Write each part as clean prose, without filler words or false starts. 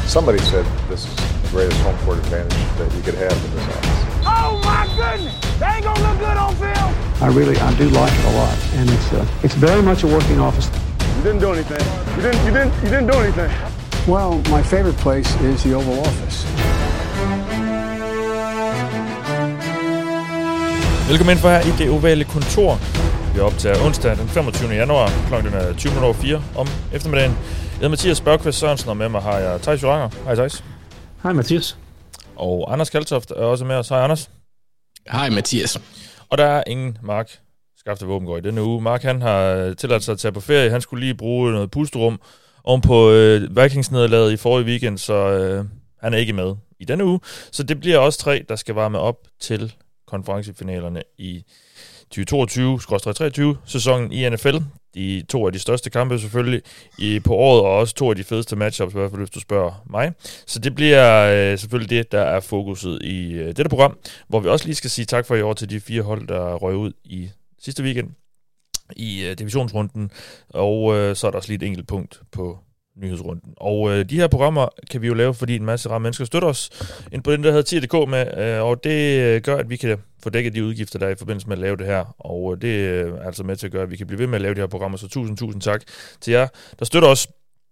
Somebody said this is the greatest home court advantage that you could have in this office. Oh my goodness! They ain't gonna look good on film. I do like it a lot, and it's very much a working office. You didn't do anything. You didn't do anything. Well, my favorite place is the Oval Office. Velkommen ind for her i det ovale kontor. Vi er optager onsdag den 25. januar. Klokken er 20:04 om eftermiddagen. Jeg hedder Mathias Børkvist Sørensen, og med mig har jeg Theis Joranger. Hej Theis. Hej Mathias. Og Anders Kaltoft er også med os. Hej Anders. Hej Mathias. Og der er ingen Mark Skafte Våbengård i denne uge. Mark han har tilladt sig at tage på ferie. Han skulle lige bruge noget pusterum oven på Vikings-nederlaget i forrige weekend, så han er ikke med i denne uge. Så det bliver også 3, der skal varme op til konferencefinalerne i 2022-23 sæsonen i NFL. De 2 af de største kampe selvfølgelig på året, og også 2 af de fedeste matchups, i hvert fald hvis du spørger mig. Så det bliver selvfølgelig det, der er fokuset i dette program, hvor vi også lige skal sige tak for i år til de 4 hold, der røg ud i sidste weekend i divisionsrunden, og så er der også lige et enkelt punkt på nyhedsrunden. Og de her programmer kan vi jo lave, fordi en masse rare mennesker støtter os ind på den, der hedder tier.dk med, og det gør, at vi kan få dækket de udgifter, der er i forbindelse med at lave det her. Og det er altså med til at gøre, at vi kan blive ved med at lave de her programmer. Så tusind tak til jer, der støtter os.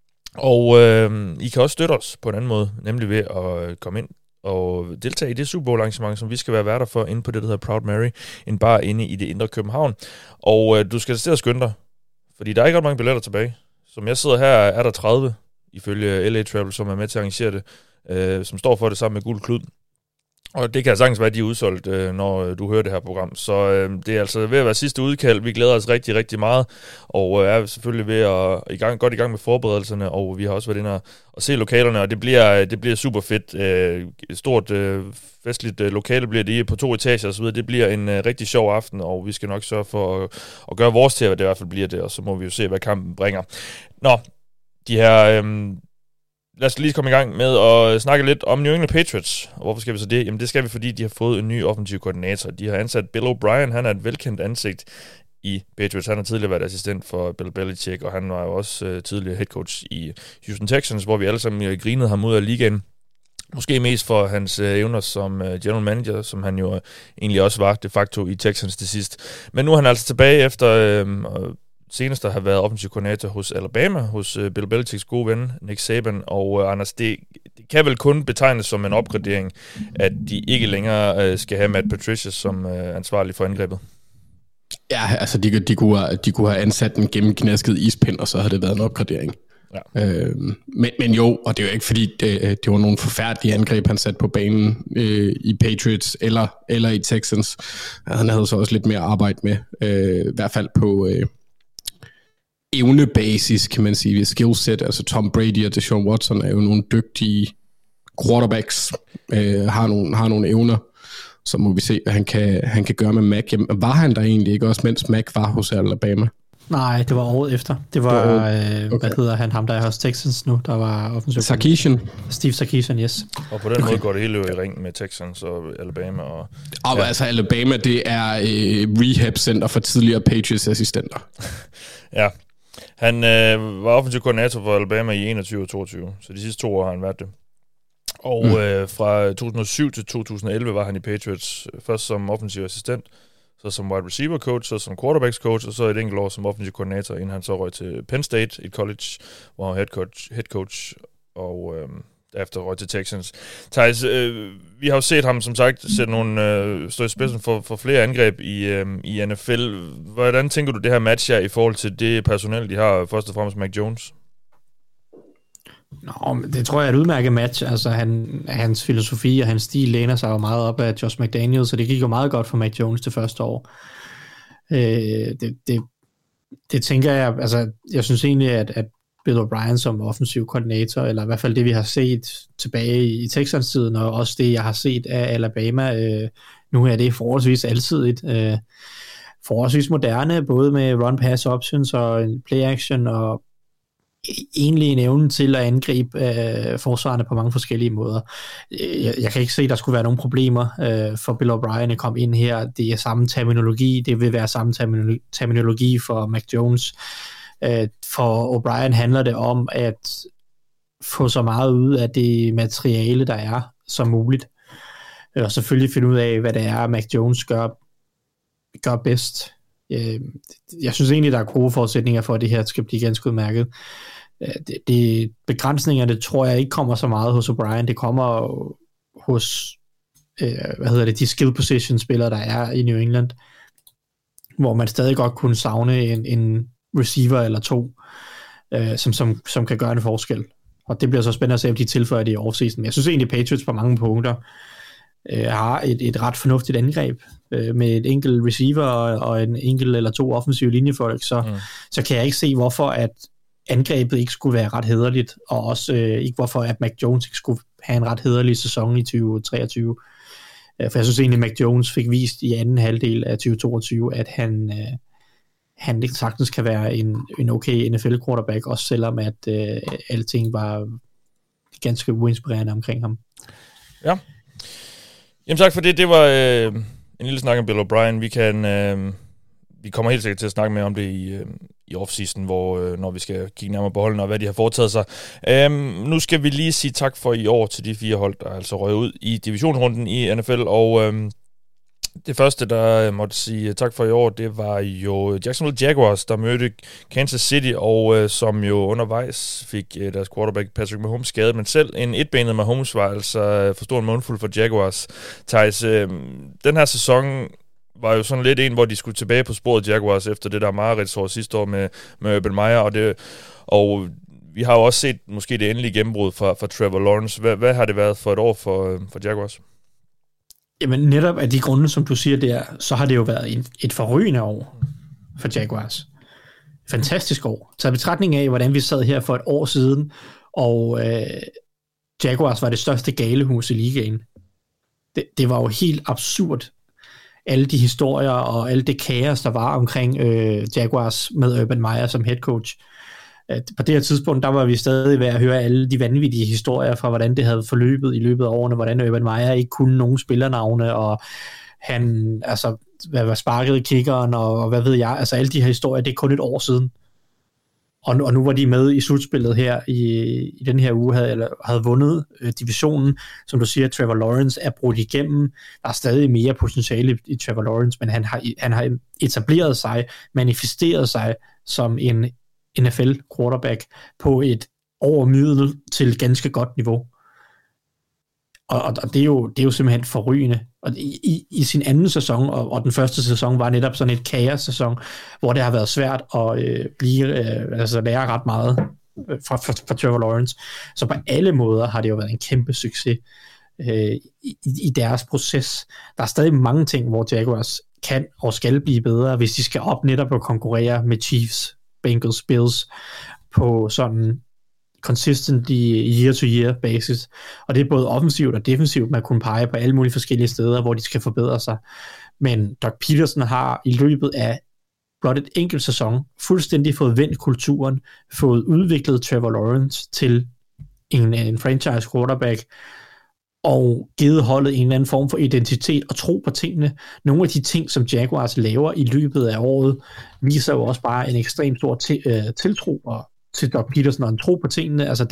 Og I kan også støtte os på en anden måde, nemlig ved at komme ind og deltage i det Super Bowl arrangement, som vi skal være værter for inde på det, der hedder Proud Mary, en bar inde i det indre København. Og du skal til skynde dig, fordi der er ikke ret mange billetter tilbage. Som jeg sidder her, er der 30, ifølge LA Travel, som er med til at arrangere det, som står for det sammen med Guld Klud. Og det kan sagtens være, at de er udsolgt, når du hører det her program. Så det er altså ved at være sidste udkald. Vi glæder os rigtig, rigtig meget, og er selvfølgelig ved at godt i gang med forberedelserne, og vi har også været inde og se lokalerne, og det bliver super fedt. Stort festligt lokale bliver det på 2 etager og så videre. Det bliver en rigtig sjov aften, og vi skal nok sørge for at gøre vores til, at det i hvert fald bliver det, og så må vi jo se, hvad kampen bringer. Nå, de her... Lad os lige komme i gang med at snakke lidt om New England Patriots. Og hvorfor skal vi så det? Jamen det skal vi, fordi de har fået en ny offensiv koordinator. De har ansat Bill O'Brien. Han er et velkendt ansigt i Patriots. Han har tidligere været assistent for Bill Belichick, og han var jo også tidligere head coach i Houston Texans, hvor vi alle sammen grinede ham ud af ligaen. Måske mest for hans evner som general manager, som han jo egentlig også var de facto i Texans til sidst. Men nu er han altså tilbage efter... senest der har været offensiv koordinator hos Alabama, hos Bill Belichicks gode ven, Nick Saban, og Anders, det kan vel kun betegnes som en opgradering, at de ikke længere skal have Matt Patricia som ansvarlig for angrebet. Ja, altså de kunne have ansat en gennemgnasket ispind, og så havde det været en opgradering. Ja. Men jo, og det er jo ikke fordi, det var nogle forfærdelige angreb, han satte på banen i Patriots eller i Texans. Han havde så også lidt mere at arbejde med, i hvert fald på... evnebasis, kan man sige, skillset, altså Tom Brady og Deshaun Watson er jo nogle dygtige quarterbacks, har nogle evner, så må vi se, hvad han kan gøre med Mac. Jamen, var han der egentlig ikke også, mens Mac var hos Alabama? Nej, det var året efter. Det var, okay. Hvad hedder han, ham der er hos Texans nu, der var offensiv. Sarkisian. Steve Sarkisian, yes. Og på den måde går det hele i ring med Texans og Alabama. Og altså Alabama, det er rehab-center for tidligere Patriots-assistenter. Ja. Han var offensiv koordinator for Alabama i 21 og 22, så de sidste 2 år har han været det. Og fra 2007 til 2011 var han i Patriots, først som offensiv assistent, så som wide receiver coach, så som quarterbacks coach, og så et enkelt år som offensiv koordinator, inden han så røg til Penn State, et college, hvor han var head coach og efter røg til Texans. Theis, vi har jo set ham, som sagt, stå i spidsen for flere angreb i NFL. Hvordan tænker du det her match her i forhold til det personel, de har først og fremmest Mac Jones? Nå, men det tror jeg er et udmærket match. Altså, hans filosofi og hans stil læner sig jo meget op af Josh McDaniels, så det gik jo meget godt for Mac Jones det første år. Det tænker jeg, altså, jeg synes egentlig, at Bill O'Brien som offensiv koordinator, eller i hvert fald det, vi har set tilbage i Texans-tiden, og også det, jeg har set af Alabama, nu er det forholdsvis altidigt, forholdsvis moderne, både med run-pass options og play-action, og egentlig en evne til at angribe forsvarerne på mange forskellige måder. Jeg kan ikke se, at der skulle være nogle problemer for Bill O'Brien at komme ind her. Det er samme terminologi, det vil være samme terminologi for Mac Jones. For O'Brien handler det om at få så meget ud af det materiale, der er, som muligt. Og selvfølgelig finde ud af, hvad det er, Mac Jones gør bedst. Jeg synes egentlig, der er gode forudsætninger for, at det her skal blive ganske udmærket. Begrænsningerne tror jeg ikke kommer så meget hos O'Brien. Det kommer hos de skill position spillere, der er i New England, hvor man stadig godt kunne savne en receiver eller to, som kan gøre en forskel. Og det bliver så spændende at se, om de tilføjer det i offseason. Men jeg synes egentlig, Patriots på mange punkter har et ret fornuftigt angreb med et enkelt receiver og en enkelt eller to offensive linjefolk, så kan jeg ikke se, hvorfor at angrebet ikke skulle være ret hæderligt, og også ikke hvorfor at Mac Jones ikke skulle have en ret hæderlig sæson i 2023. For jeg synes egentlig, Mac Jones fik vist i anden halvdel af 2022, at han sagtens kan være en okay NFL-quarterback, også selvom at alting var ganske uinspirerende omkring ham. Ja. Jamen tak for det. Det var en lille snak om Bill O'Brien. Vi kommer helt sikkert til at snakke mere om det i offseason, hvor når vi skal kigge nærmere på holdene og hvad de har foretaget sig. Nu skal vi lige sige tak for i år til de 4 hold, der altså røg ud i divisionsrunden i NFL, og det første, der måtte sige tak for i år, det var jo Jacksonville Jaguars, der mødte Kansas City, og som jo undervejs fik deres quarterback Patrick Mahomes skadet, men selv en etbenet Mahomes var altså for stor en mundfuld for Jaguars. Thijs, den her sæson var jo sådan lidt en, hvor de skulle tilbage på sporet Jaguars efter det der mareridtsår sidste år med Urban Meyer, og vi har jo også set måske det endelige gennembrud fra Trevor Lawrence. Hvad har det været for et år for Jaguars? Jamen netop af de grunde, som du siger der, så har det jo været et forrygende år for Jaguars. Fantastisk år. Taget betragtning af, hvordan vi sad her for et år siden, og Jaguars var det største galehus i ligaen. Det var jo helt absurd. Alle de historier og alle det kaos, der var omkring Jaguars med Urban Meyer som head coach. På det her tidspunkt, der var vi stadig ved at høre alle de vanvittige historier fra, hvordan det havde forløbet i løbet af årene, hvordan Urban Meyer ikke kunne nogen spillernavne, og han var sparket i kickeren, og hvad ved jeg, altså alle de her historier, det er kun et år siden. Og nu var de med i slutspillet her i den her uge, havde vundet divisionen. Som du siger, Trevor Lawrence er brudt igennem. Der er stadig mere potentiale i Trevor Lawrence, men han har etableret sig, manifesteret sig som en NFL quarterback på et over middel til ganske godt niveau. Og det er jo simpelthen forrygende. Og i sin anden sæson, og den første sæson var netop sådan et kaos-sæson, hvor det har været svært at lære ret meget fra Trevor Lawrence. Så på alle måder har det jo været en kæmpe succes i deres proces. Der er stadig mange ting, hvor Jaguars kan og skal blive bedre, hvis de skal op netop og konkurrere med Chiefs, Bengals, Bills på sådan consistently year-to-year basis. Og det er både offensivt og defensivt, man kunne pege på alle mulige forskellige steder, hvor de skal forbedre sig. Men Doug Peterson har i løbet af blot et enkelt sæson fuldstændig fået vendt kulturen, fået udviklet Trevor Lawrence til en franchise quarterback, og givet holdet en eller anden form for identitet og tro på tingene. Nogle af de ting, som Jaguars laver i løbet af året, viser jo også bare en ekstremt stor tiltro til Doug Peterson og en tro på tingene. Altså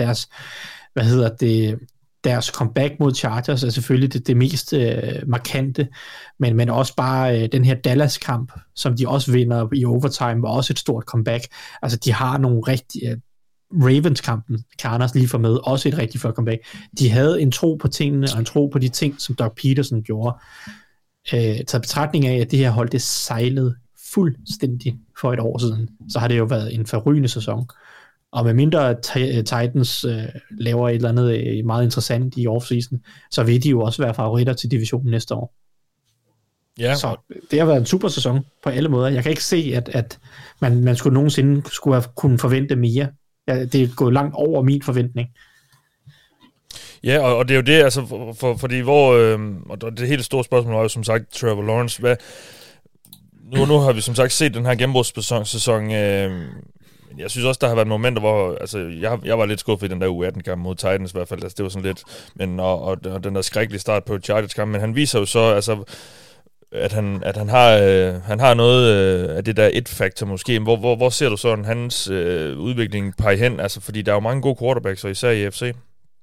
deres comeback mod Chargers er selvfølgelig det mest markante, men også bare den her Dallas-kamp, som de også vinder i overtime, var også et stort comeback. Altså de har nogle rigtige... Ravens-kampen, kan Anders lige få med, også et rigtig flot comeback. De havde en tro på tingene, og en tro på de ting, som Doug Peterson gjorde. Taget betragtning af, at det her hold, det sejlede fuldstændig for et år siden, så har det jo været en forrygende sæson. Og med mindre Titans laver et eller andet meget interessant i offseason, så vil de jo også være favoritter til divisionen næste år. Ja. Så det har været en super sæson på alle måder. Jeg kan ikke se, at man skulle nogensinde skulle have kunnet forvente mere. Ja, det er gået langt over min forventning. Ja, og det er jo det, altså, fordi og det helt store spørgsmål er jo som sagt Trevor Lawrence. Nu har vi som sagt set den her gennembrudssæson. Jeg synes også, der har været momenter, hvor altså, jeg var lidt skuffet i den der U18-kamp mod Titans i hvert fald. Altså, det var sådan lidt, men og den der skrækkelige start på Chargers-kamp, men han viser jo så, altså at han har noget af det der et-faktor måske. Hvor ser du sådan hans udvikling pege hen? Altså, fordi der er jo mange gode quarterbacks, og især i FC.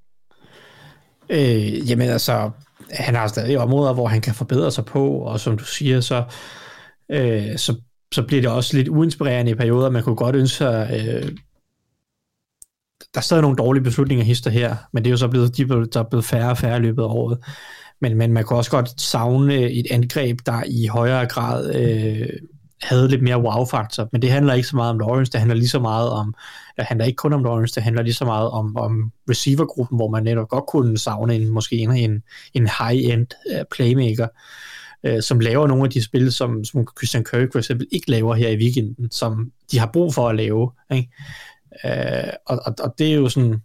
Jamen altså, han har stadig områder, hvor han kan forbedre sig på, og som du siger, så bliver det også lidt uinspirerende i perioder. Man kunne godt ønske sig, der er stadig nogle dårlige beslutninger hister her, men det er jo så der er blevet færre og færre i løbet af året. Men man kunne også godt savne et angreb, der i højere grad havde lidt mere wow-faktor. Men det handler ikke så meget om Lawrence, det handler lige så meget om, det handler ikke kun om Lawrence, det handler lige så meget om receivergruppen, hvor man netop godt kunne savne en high-end playmaker, som laver nogle af de spil, som Christian Kirk for eksempel ikke laver her i weekenden, som de har brug for at lave. Ikke? Og det er jo sådan...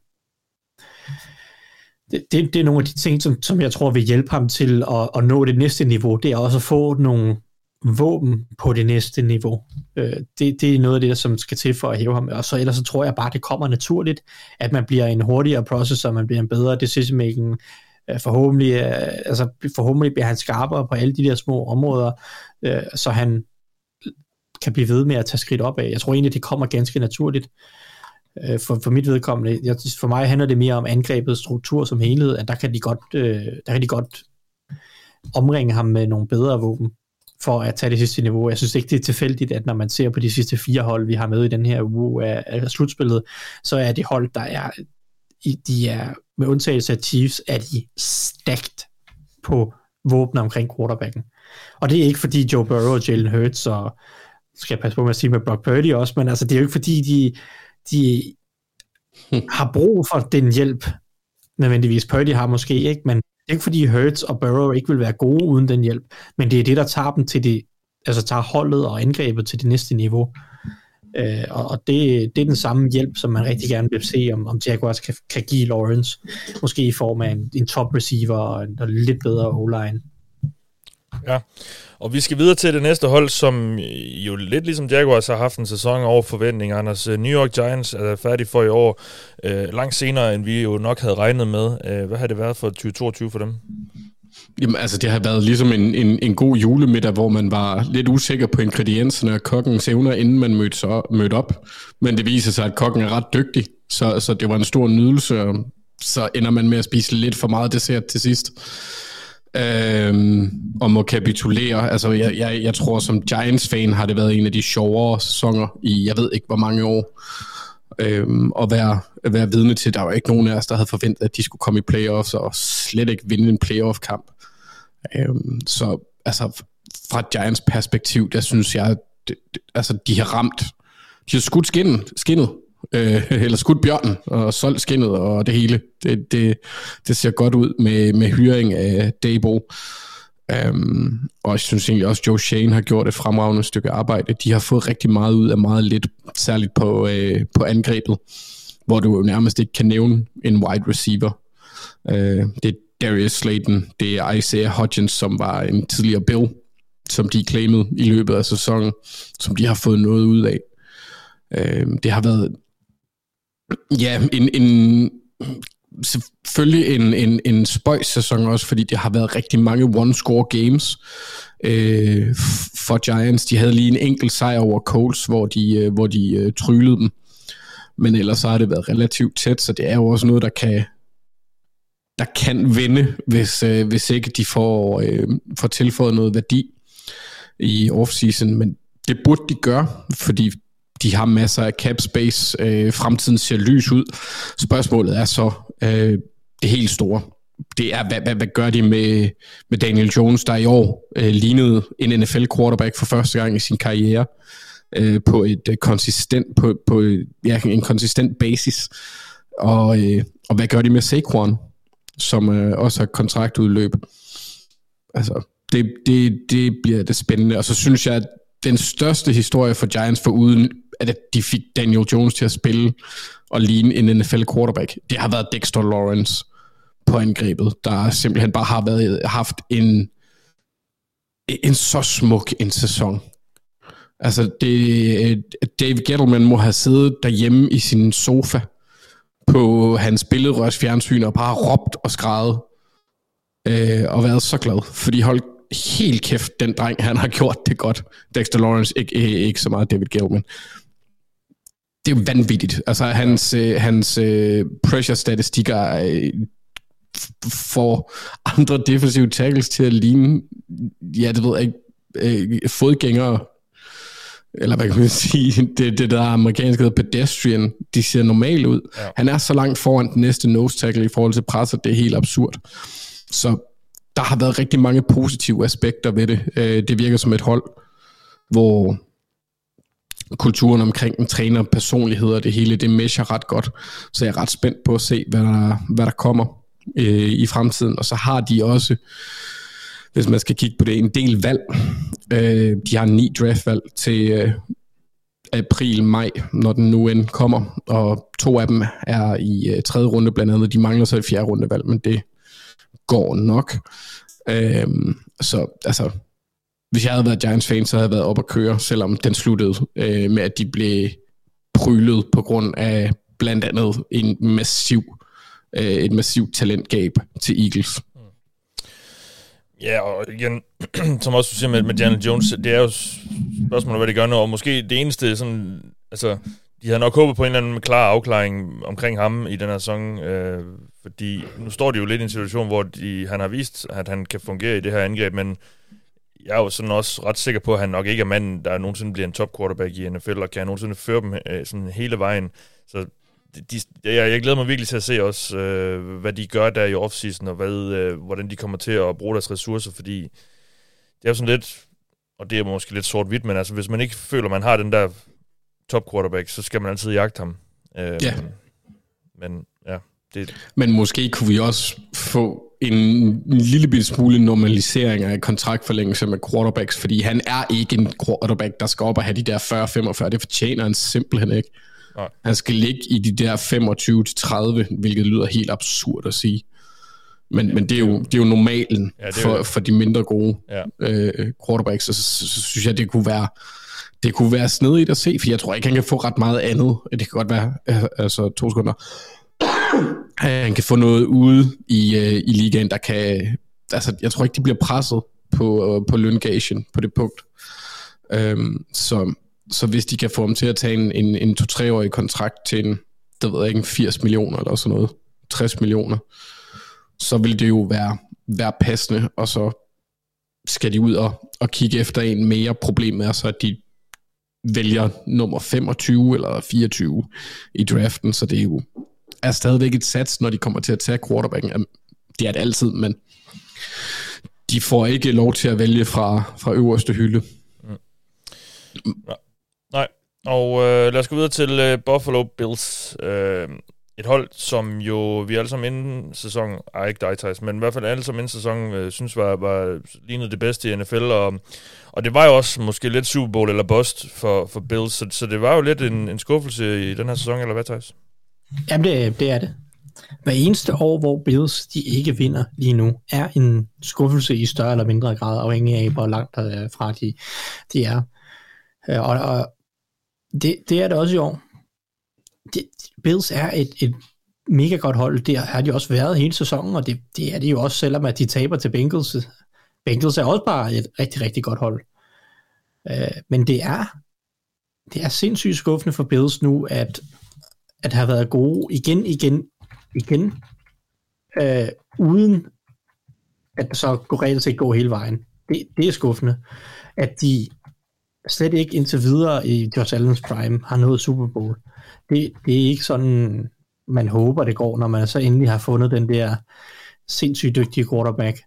Det er nogle af de ting, som jeg tror vil hjælpe ham til at nå det næste niveau. Det er også at få nogle våben på det næste niveau. Det er noget af det, som skal til for at hæve ham. Og så ellers så tror jeg bare, det kommer naturligt, at man bliver en hurtigere processor, man bliver en bedre decision making. Forhåbentlig bliver han skarpere på alle de der små områder, så han kan blive ved med at tage skridt opad. Jeg tror egentlig, det kommer ganske naturligt. For mit vedkommende, for mig handler det mere om angrebets struktur som helhed, at der kan de godt omringe ham med nogle bedre våben for at tage det sidste niveau. Jeg synes ikke, det er tilfældigt, at når man ser på de sidste 4 hold, vi har med i den her uge af slutspillet, så er det hold, de er med undtagelse af Chiefs, er de stacked på våben omkring quarterbacken. Og det er ikke fordi Joe Burrow og Jalen Hurts, og skal jeg passe på med at sige med Brock Purdy også, men altså det er jo ikke fordi de har brug for den hjælp, nødvendigvis. Purdy har måske ikke, men det er ikke fordi Hurts og Burrow ikke vil være gode uden den hjælp, men det er det, der tager dem til tager holdet og angrebet til det næste niveau. Og det er den samme hjælp, som man rigtig gerne vil se, om Jaguars kan give Lawrence, måske i form af en top receiver og en lidt bedre O-line. Ja, og vi skal videre til det næste hold, som jo lidt ligesom Jaguars har haft en sæson over forventning. Anders, New York Giants er færdig for i år, langt senere, end vi jo nok havde regnet med. Hvad har det været for 2022 for dem? Jamen altså, det har været ligesom en god julemiddag, hvor man var lidt usikker på ingredienserne og kokkens evner, inden man mødte op. Men det viser sig, at kokken er ret dygtig, så det var en stor nydelse, og så ender man med at spise lidt for meget dessert til sidst. Og må kapitulere. Altså, jeg tror, som Giants-fan har det været en af de sjovere sæsoner i, jeg ved ikke hvor mange år, at være vidne til. Der var ikke nogen af os, der havde forventet, at de skulle komme i playoffs, og slet ikke vinde en playoff-kamp. Så altså, fra Giants perspektiv, der synes jeg, altså, de har skudt skinnet, eller skudt bjørnen, og solgt skinnet, og det hele. Det ser godt ud med hyring af Dable. Og jeg synes egentlig også, Joe Shane har gjort et fremragende stykke arbejde. De har fået rigtig meget ud af meget lidt, særligt på angrebet, hvor du jo nærmest ikke kan nævne en wide receiver. Det er Darius Slayton, det er Isaiah Hodgins, som var en tidligere Bill, som de claimede i løbet af sæsonen, som de har fået noget ud af. Det har været selvfølgelig en spøjs-sæson også, fordi det har været rigtig mange one-score games for Giants. De havde lige en enkelt sejr over Colts, hvor de tryllede dem. Men ellers så har det været relativt tæt, så det er jo også noget, der kan vinde, hvis ikke de får tilføjet noget værdi i offseason. Men det burde de gøre, fordi de har masser af cap space. Fremtiden ser lys ud. Spørgsmålet er så det helt store. Det er, hvad gør de med Daniel Jones, der i år lignede en NFL quarterback for første gang i sin karriere på et en konsistent basis. Og hvad gør de med Saquon, som også har kontraktudløb? Altså, det bliver det spændende. Og så synes jeg, at den største historie for Giants foruden, at de fik Daniel Jones til at spille og ligne en NFL quarterback, det har været Dexter Lawrence på angrebet, der simpelthen bare har haft en så smuk en sæson. Altså, Dave Gettleman må have siddet derhjemme i sin sofa på hans billedrørs fjernsyn og bare råbt og skrædet og været så glad, fordi helt kæft, den dreng, han har gjort det godt. Dexter Lawrence, ikke så meget David Gale, men det er jo vanvittigt. Altså, hans pressure-statistikker får andre defensive tackles til at ligne, ja, det ved jeg ikke, fodgængere, eller hvad kan man sige, det der amerikanske hedder pedestrian, de ser normalt ud. Ja. Han er så langt foran den næste nose tackle i forhold til presset, det er helt absurd. Så der har været rigtig mange positive aspekter ved det. Det virker som et hold, hvor kulturen omkring den træner, personligheder, det hele, det mesher ret godt. Så jeg er ret spændt på at se, hvad der kommer i fremtiden. Og så har de også, hvis man skal kigge på det, en del valg. De har 9 draftvalg til april-maj, når den nu end kommer. Og 2 af dem er i 3. runde blandt andet. De mangler så i 4. rundevalg, men det går nok. Så altså, hvis jeg havde været Giants-fan, så havde jeg været op at køre, selvom den sluttede med, at de blev prylet på grund af blandt andet et massivt talentgab til Eagles. Ja, og igen, som også du siger med Daniel Jones, det er jo spørgsmålet, hvad det gør nu, og måske det eneste sådan, altså, de havde nok håbet på en eller anden klar afklaring omkring ham i den her sæson, fordi nu står de jo lidt i en situation, hvor han har vist, at han kan fungere i det her angreb, men jeg er jo sådan også ret sikker på, at han nok ikke er manden, der nogensinde bliver en top quarterback i NFL, og kan nogensinde føre dem sådan hele vejen. Så jeg glæder mig virkelig til at se også, hvad de gør der i offseason, og hvordan de kommer til at bruge deres ressourcer, fordi det er jo sådan lidt, og det er måske lidt sort-hvidt, men altså hvis man ikke føler, man har den der top quarterback, så skal man altid jagte ham. Ja. Men ja, Men måske kunne vi også få en lille bitte smule normalisering af kontraktforlængelse med quarterbacks, fordi han er ikke en quarterback, der skal op og have de der 40-45. Det fortjener han simpelthen ikke. Nej. Han skal ligge i de der 25-30, hvilket lyder helt absurd at sige. Men det er jo normalen for de mindre gode quarterbacks, så synes jeg, det kunne være snedigt at se, for jeg tror ikke, han kan få ret meget andet. Det kan godt være, altså 2 sekunder. Han kan få noget ude i ligaen, der kan, altså jeg tror ikke, de bliver presset på løngagen på det punkt. Så hvis de kan få ham til at tage en 2-3-årig kontrakt til en, der ved jeg ikke, 80 millioner eller sådan noget, 60 millioner, så vil det jo være passende, og så skal de ud og kigge efter en mere. Problemet er så, at de vælger nummer 25 eller 24 i draften, så det er stadigvæk et sats, når de kommer til at tage quarterbacken. Det er det altid, men de får ikke lov til at vælge fra øverste hylde. Nej, og lad os gå videre til Buffalo Bills. Et hold, som jo vi alle sammen inden sæson, ikke dig, Thijs, men i hvert fald alle sammen inden sæson, synes var lignede det bedste i NFL, og det var jo også måske lidt Super Bowl eller bust for Bills, så det var jo lidt en skuffelse i den her sæson, eller hvad, Thijs? Jamen, det er det. Hver eneste år, hvor Bills de ikke vinder lige nu, er en skuffelse i større eller mindre grad, afhængig af, hvor langt fra de er. Og det er det også i år. Bills er et mega godt hold. Det har de også været hele sæsonen, og det er de jo også, selvom at de taber til Bengals. Bengals er også bare et rigtig, rigtig godt hold. Men det er sindssygt skuffende for Bills nu, at have været gode igen, uden at så gå reelt set gå hele vejen. Det er skuffende, at de slet ikke indtil videre i Josh Allens prime har nået Super Bowl. Det er ikke sådan, man håber det går, når man så endelig har fundet den der sindssygt dygtige quarterback.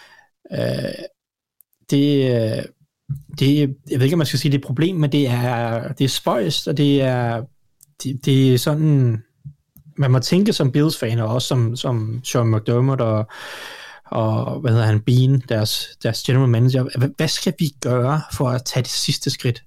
Jeg ved ikke, om man skal sige, det er et problem, men det er spøjst, og det er sådan, man må tænke som Bills-fan, og også som Sean McDermott og hvad hedder han, Bean, deres general manager. Hvad skal vi gøre for at tage det sidste skridt?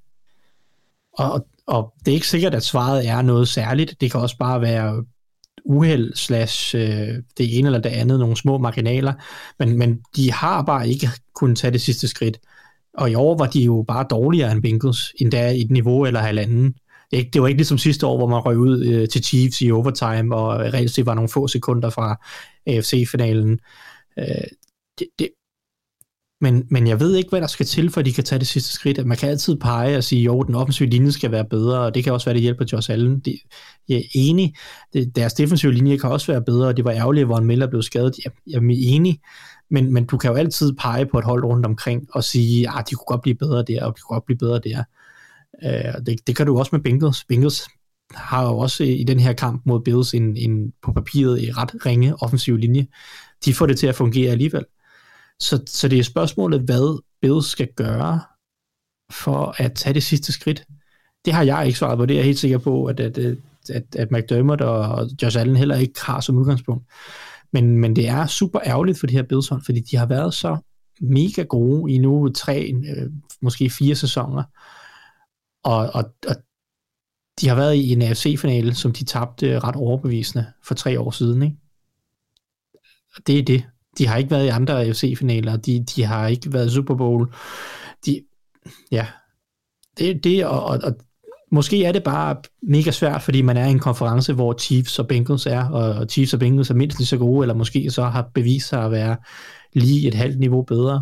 Og det er ikke sikkert, at svaret er noget særligt. Det kan også bare være uheld / det ene eller det andet, nogle små marginaler. Men de har bare ikke kunnet tage det sidste skridt. Og i år var de jo bare dårligere end Bengals, endda i et niveau eller halvanden. Det var ikke ligesom sidste år, hvor man røg ud til Chiefs i overtime, og reelt set var nogle få sekunder fra AFC-finalen. Men jeg ved ikke, hvad der skal til, for at de kan tage det sidste skridt. Man kan altid pege og sige, jo, den offensive linje skal være bedre, og det kan også være, det hjælper Josh Allen. Jeg er enig. Deres defensive linje kan også være bedre, og det var ærgerligt, hvor en Miller blev skadet. Jeg er enig. Men du kan jo altid pege på et hold rundt omkring og sige, de kunne godt blive bedre der, og de kunne godt blive bedre der. Det kan du også med Bengals. Bengals har jo også i den her kamp mod Bills en på papiret i ret ringe offensiv linje. De får det til at fungere alligevel. Så det er spørgsmålet, hvad Bills skal gøre for at tage det sidste skridt. Det har jeg ikke svaret på. Det er jeg helt sikker på, at McDermott og Josh Allen heller ikke har som udgangspunkt. Men det er super ærgerligt for de her Bills-hold, fordi de har været så mega gode i nu 3, måske 4 sæsoner. Og de har været i en AFC-finale, som de tabte ret overbevisende for 3 år siden. Ikke? Og det er det. De har ikke været i andre AFC-finaler. De har ikke været i Super Bowl. Og måske er det bare mega svært, fordi man er i en konference, hvor Chiefs og Bengals er, og Chiefs og Bengals er mindst lige så gode, eller måske så har bevist sig at være lige et halvt niveau bedre.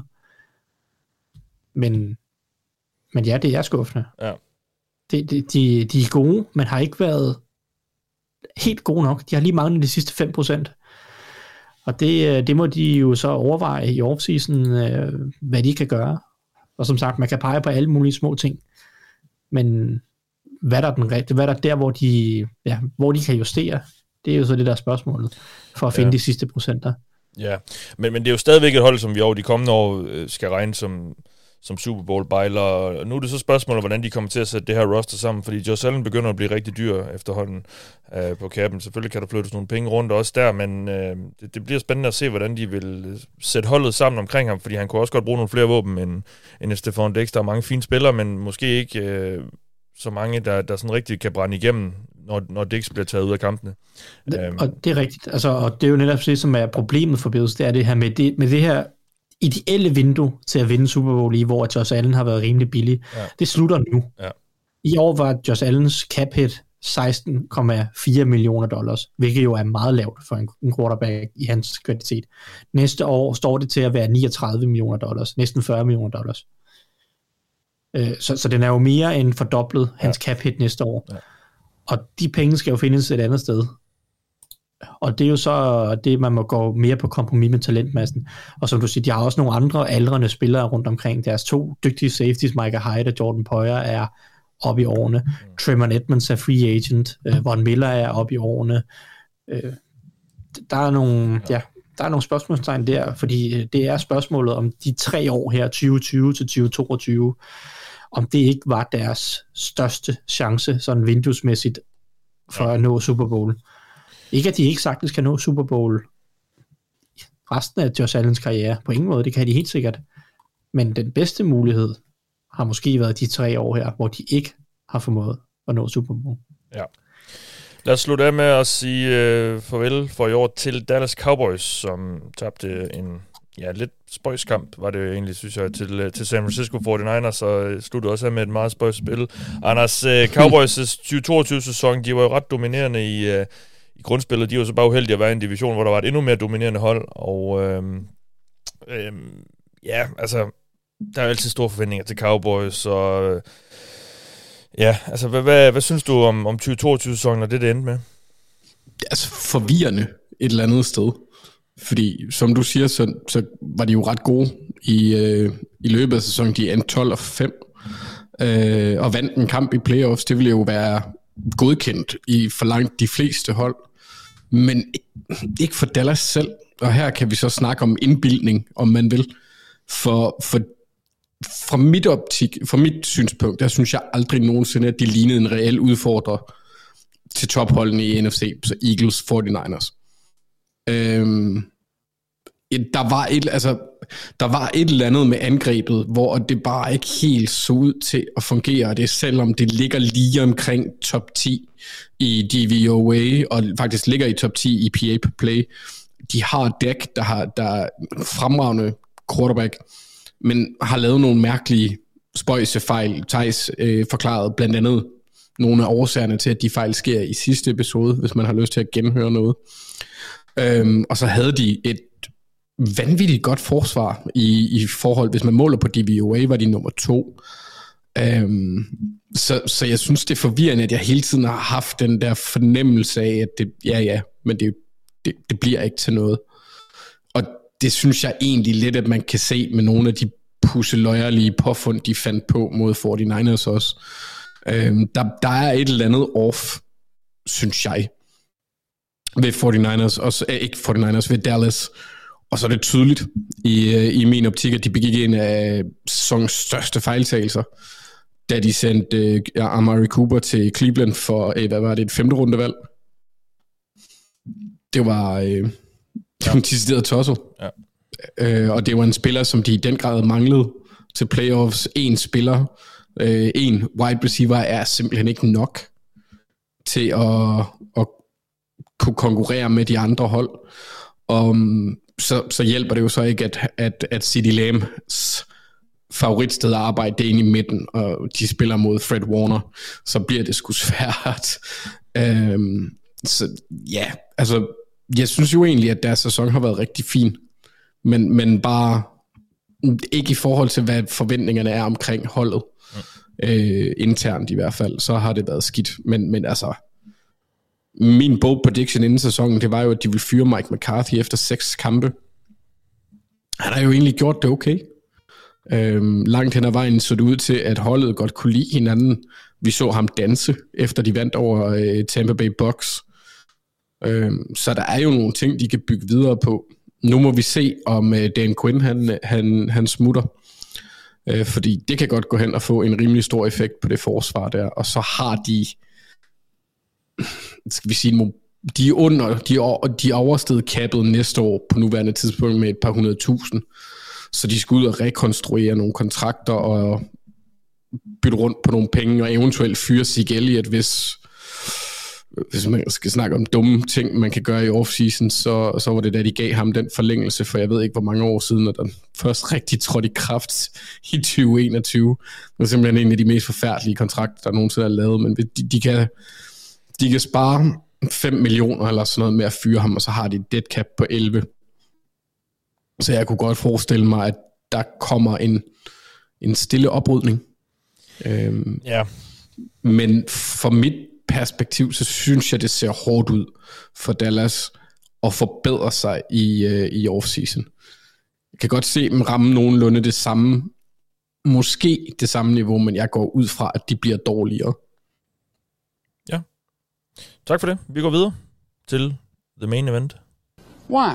Men ja, det er skuffende. Ja. De er gode, men har ikke været helt gode nok. De har lige manglet de sidste 5%. Og det må de jo så overveje i offseason, hvad de kan gøre. Og som sagt, man kan pege på alle mulige små ting. Men hvad er der der, hvor de kan justere? Det er jo så det der spørgsmålet, for at finde de sidste procenter. Ja, men det er jo stadigvæk et hold, som vi over de kommende år skal regne som Super Bowl-bejler. Og nu er det så spørgsmålet, hvordan de kommer til at sætte det her roster sammen, fordi Josh Allen begynder at blive rigtig dyr efterhånden på kappen. Selvfølgelig kan der flyttes nogle penge rundt også der, men det bliver spændende at se, hvordan de vil sætte holdet sammen omkring ham, fordi han kunne også godt bruge nogle flere våben end Stephon Diggs. Der er mange fine spillere, men måske ikke så mange, der sådan rigtig kan brænde igennem, når Diggs bliver taget ud af kampene. Og det er rigtigt. Altså, og det er jo netop det, som er problemet for Bills, det er det her med det her ideelle vindue til at vinde Super Bowl i, hvor Josh Allen har været rimelig billig. Ja. Det slutter nu. Ja. I år var Josh Allens cap hit $16,4 millioner, hvilket jo er meget lavt for en quarterback i hans kvalitet. Næste år står det til at være $39 millioner, næsten $40 millioner. Så den er jo mere end fordoblet hans cap hit næste år. Ja. Og de penge skal jo findes et andet sted. Og det er jo så det, man må gå mere på kompromis med talentmassen. Og som du siger, de har også nogle andre aldrende spillere rundt omkring. Deres 2 dygtige safeties, Micah Hyde og Jordan Poyer, er oppe i årene. Tremon Edmonds er free agent. Von Miller er oppe i årene. Der er nogle spørgsmålstegn der, fordi det er spørgsmålet om de 3 år her, 2020 til 2022, om det ikke var deres største chance, sådan vinduesmæssigt, for at nå Super Bowl. Ikke at de ikke sagtens kan nå Super Bowl resten af Josh Allens karriere. På ingen måde, det kan de helt sikkert. Men den bedste mulighed har måske været de 3 år her, hvor de ikke har formået at nå Super Bowl. Ja. Lad os slutte af med at sige farvel for i år til Dallas Cowboys, som tabte en lidt spøjskamp, var det jo egentlig, synes jeg, til San Francisco 49ers, og sluttede også af med et meget spøjsspil. Anders, Cowboys' 2022-sæson, de var jo ret dominerende i grundspillet. De var så bare uheldige at være i en division, hvor der var et endnu mere dominerende hold, og altså, der er altid store forventninger til Cowboys, og altså, hvad synes du om 2022-sæsonen, og det endte med? Altså, forvirrende et eller andet sted. Fordi, som du siger, så var de jo ret gode i løbet af sæsonen. De endte 12-5, og vandt en kamp i playoffs. Det ville jo være godkendt i for langt de fleste hold. Men ikke for Dallas selv. Og her kan vi så snakke om indbildning, om man vil. For fra mit synspunkt, der synes jeg aldrig nogensinde, at de lignede en reel udfordrer til topholdene i NFC, så Eagles 49ers. Der var et eller andet med angrebet, hvor det bare ikke helt så ud til at fungere. Det er selvom det ligger lige omkring top 10 i DVOA, og faktisk ligger i top 10 i PA per play. De har Dak, der er fremragende quarterback, men har lavet nogle mærkelige spøjsefejl. Theis forklarede blandt andet nogle af årsagerne til, at de fejl sker i sidste episode, hvis man har lyst til at genhøre noget. Og så havde de vanvittigt godt forsvar i forhold, hvis man måler på DVOA, var de nummer 2. Så jeg synes, det er forvirrende, at jeg hele tiden har haft den der fornemmelse af, at men det bliver ikke til noget. Og det synes jeg egentlig lidt, at man kan se med nogle af de pusseløjerlige påfund, de fandt på mod 49ers også. Der er et eller andet off, synes jeg, ved 49ers, også, ikke 49ers, ved Dallas. Og så er det tydeligt i min optik, at de begik en af sæsonens største fejltagelser, da de sendte Amari Cooper til Cleveland for, hvad var det, et 5. rundevalg? Det var en decideret tosset. Ja. Og det var en spiller, som de i den grad manglede til playoffs. En spiller, en wide receiver er simpelthen ikke nok til at kunne konkurrere med de andre hold. Og så hjælper det jo så ikke, at CeeDee Lambs favoritsted at arbejde, det er inde i midten, og de spiller mod Fred Warner, så bliver det sgu svært. Så ja, altså, jeg synes jo egentlig, at deres sæson har været rigtig fin, men bare ikke i forhold til, hvad forventningerne er omkring holdet, internt i hvert fald, så har det været skidt. Men altså, min bold prediction inden sæsonen, det var jo, at de ville fyre Mike McCarthy efter 6 kampe. Han har jo egentlig gjort det okay. Langt hen ad vejen så det ud til, at holdet godt kunne lide hinanden. Vi så ham danse, efter de vandt over Tampa Bay Bucks. Så der er jo nogle ting, de kan bygge videre på. Nu må vi se, om Dan Quinn han smutter. Fordi det kan godt gå hen og få en rimelig stor effekt på det forsvar der. Og så har de, skal vi sige, de overstede kappet næste år på nuværende tidspunkt med et par 100.000. Så de skal ud og rekonstruere nogle kontrakter og bytte rundt på nogle penge og eventuelt fyre Zeke Elliott, hvis man skal snakke om dumme ting, man kan gøre i offseason, så var det da de gav ham den forlængelse, for jeg ved ikke, hvor mange år siden, at den først rigtig trådte i kraft i 2021. Det er simpelthen en af de mest forfærdelige kontrakter, der nogensinde er lavet, men de kan spare 5 millioner eller sådan noget med at fyre ham, og så har de et dead cap på 11. Så jeg kunne godt forestille mig, at der kommer en stille oprydning. Ja. Men for mit perspektiv, så synes jeg, det ser hårdt ud for Dallas at forbedre sig i offseason. Jeg kan godt se dem ramme nogenlunde det samme, måske det samme niveau, men jeg går ud fra, at de bliver dårligere. Ja. Tak for det. Vi går videre til the main event. Why?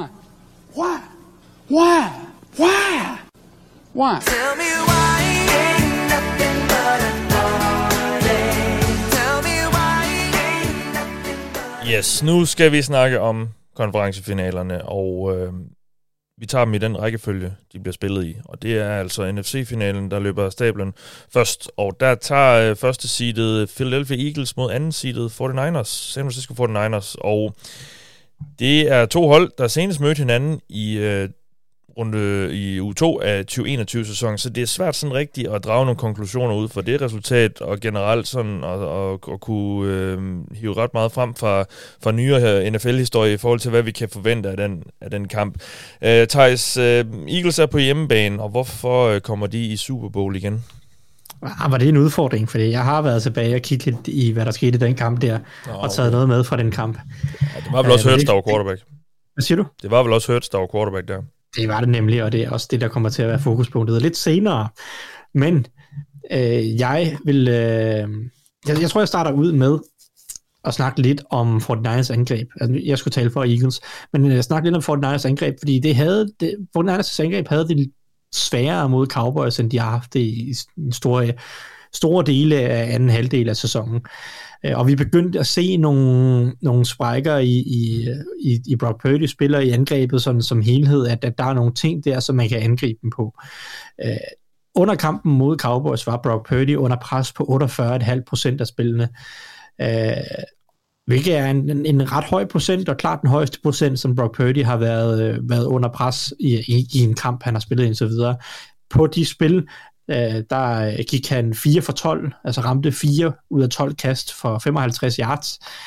Tell me why ain't nothing but a party. Tell me why ain't nothing but a... Yes, nu skal vi snakke om konferencefinalerne, og vi tager dem i den rækkefølge, de bliver spillet i. Og det er altså NFC-finalen, der løber stablen først. Og der tager første seedet Philadelphia Eagles mod anden seedet 49ers, San Francisco 49ers. Og det er 2 hold, der senest mødte hinanden i runde i uge 2 af 2021-sæsonen, så det er svært sådan rigtigt at drage nogle konklusioner ud for det resultat, og generelt sådan at kunne hive ret meget frem fra nyere NFL-historie i forhold til, hvad vi kan forvente af den kamp. Thijs, Eagles er på hjemmebane, og hvorfor kommer de i Super Bowl igen? Var det en udfordring? Fordi jeg har været tilbage og kigget lidt i, hvad der skete i den kamp der, og taget noget med fra den kamp. Ja, det var vel også Hurts, der var quarterback. Hvad siger du? Det var vel også Hurts, der var quarterback der. Det var det nemlig, og det er også det, der kommer til at være fokuspunktet lidt senere. Men jeg tror, jeg starter ud med at snakke lidt om 49ers angreb. Altså, jeg skulle tale for Eagles, men jeg snakker lidt om 49ers angreb, fordi 49ers angreb havde det sværere mod Cowboys, end de har haft det i store dele af anden halvdel af sæsonen. Og vi begyndte at se nogle sprækker i Brock Purdy spiller i angrebet sådan som helhed, at der er nogle ting der, som man kan angribe dem på. Under kampen mod Cowboys var Brock Purdy under pres på 48,5% af spillene, hvilket er en ret høj procent, og klart den højeste procent, som Brock Purdy har været under pres i en kamp, han har spillet indtil videre. På de spil, der gik han 4 for 12, altså ramte 4 ud af 12 kast for 55 yards.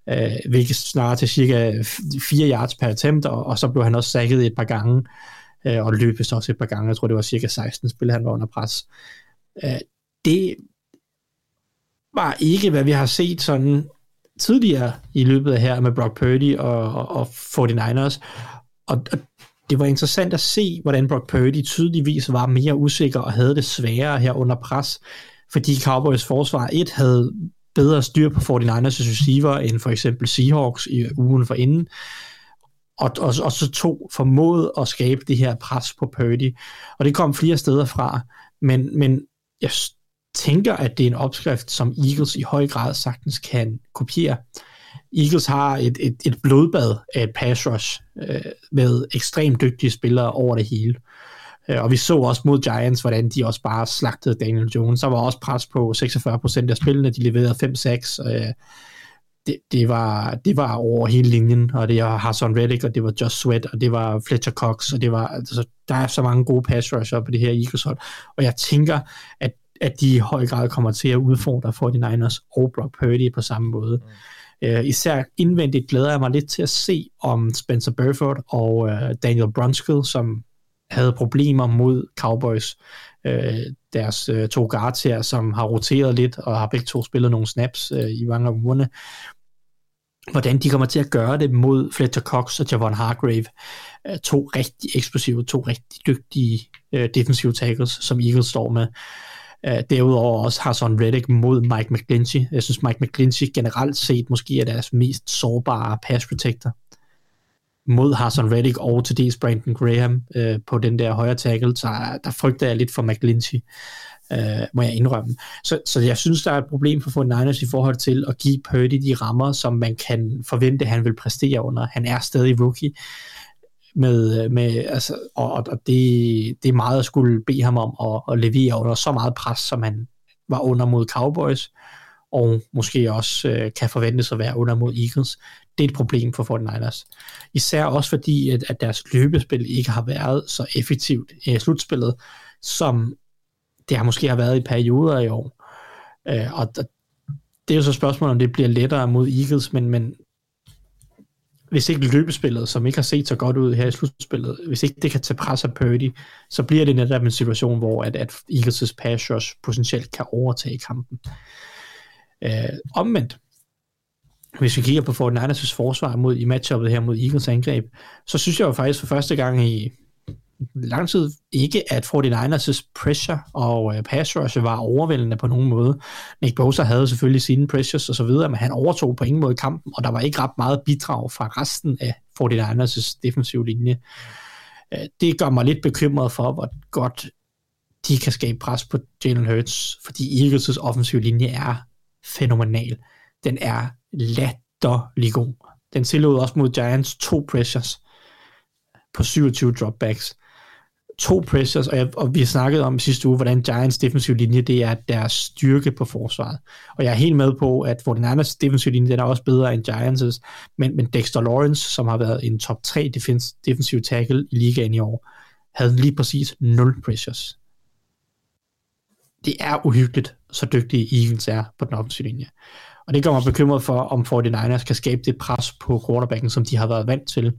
hvilket snarere til cirka 4 yards per attempt, og så blev han også sacket et par gange, og løb vist også et par gange. Jeg tror, det var cirka 16 spil, han var under pres. Det var ikke, hvad vi har set sådan tidligere i løbet af her med Brock Purdy og 49ers, og det var interessant at se, hvordan Brock Purdy tydeligvis var mere usikker og havde det sværere her under pres, fordi Cowboys forsvar havde bedre styr på 49ers receiver end for eksempel Seahawks i ugen forinden, og så 2 formåede at skabe det her pres på Purdy, og det kom flere steder fra, men jeg tænker, at det er en opskrift, som Eagles i høj grad sagtens kan kopiere. Eagles har et blodbad af et pass rush med ekstremt dygtige spillere over det hele. Og vi så også mod Giants, hvordan de også bare slagtede Daniel Jones. Der var også pres på 46% af spillene, de leverede 5-6. Det var over hele linjen, og det var Hassan Reddick, og det var Josh Sweat, og det var Fletcher Cox, og det var, altså, der er så mange gode pass rusher på det her Eagles hold. Og jeg tænker, at de i høj grad kommer til at udfordre 49ers og Brock Purdy på samme måde. Især indvendigt glæder jeg mig lidt til at se, om Spencer Burford og Daniel Brunskill, som havde problemer mod Cowboys, deres 2 guards her, som har roteret lidt, og har begge 2 spillet nogle snaps i mange af ugerne, hvordan de kommer til at gøre det mod Fletcher Cox og Javon Hargrave, 2 rigtig eksplosive, 2 rigtig dygtige defensive tackles, som Eagles står med. Derudover også har Hassan Reddick mod Mike McGlinchey. Jeg synes, Mike McGlinchey generelt set måske er deres mest sårbare pass protector. Mod Hassan Reddick og til dels Brandon Graham på den der højre tackle, så der frygter jeg lidt for McGlinchey, må jeg indrømme. Så jeg synes, der er et problem for 49ers i forhold til at give Purdy de rammer, som man kan forvente, han vil præstere under. Han er stadig rookie, og det er meget at skulle bede ham om at levere under så meget pres, som han var under mod Cowboys, og måske også kan forventes at være under mod Eagles. Det er et problem for 49ers. Især også fordi, at deres løbespil ikke har været så effektivt i slutspillet, som det har måske været i perioder i år. Og det er jo så spørgsmålet, om det bliver lettere mod Eagles, men hvis ikke løbespillet, som ikke har set så godt ud her i slutspillet, hvis ikke det kan tage pres af Purdy, så bliver det netop en situation, hvor at Eagles' pass rush potentielt kan overtage kampen. Omvendt, hvis vi kigger på 49ers' forsvar i matchuppet her mod Eagles angreb, så synes jeg jo faktisk for første gang i lang tid ikke, at 49ers' pressure og pass rush var overvældende på nogen måde. Nick Bosa havde selvfølgelig sine pressures og så videre, men han overtog på ingen måde kampen, og der var ikke ret meget bidrag fra resten af 49ers' defensive linje. Det gør mig lidt bekymret for, hvor godt de kan skabe pres på Jalen Hurts, fordi Eagles' offensive linje er fænomenal. Den er latterlig god. Den tillod også mod Giants 2 pressures på 27 dropbacks. 2 pressures, og vi har snakket om sidste uge, hvordan Giants defensive linje, det er deres styrke på forsvaret. Og jeg er helt med på, at 49ers defensive linje, den er også bedre end Giants', men Dexter Lawrence, som har været en top 3 defensive tackle i ligaen i år, havde lige præcis 0 pressures. Det er uhyggeligt, så dygtige Eagles er på den offensive linje. Og det gør mig bekymret for, om 49ers kan skabe det pres på quarterbacken, som de har været vant til,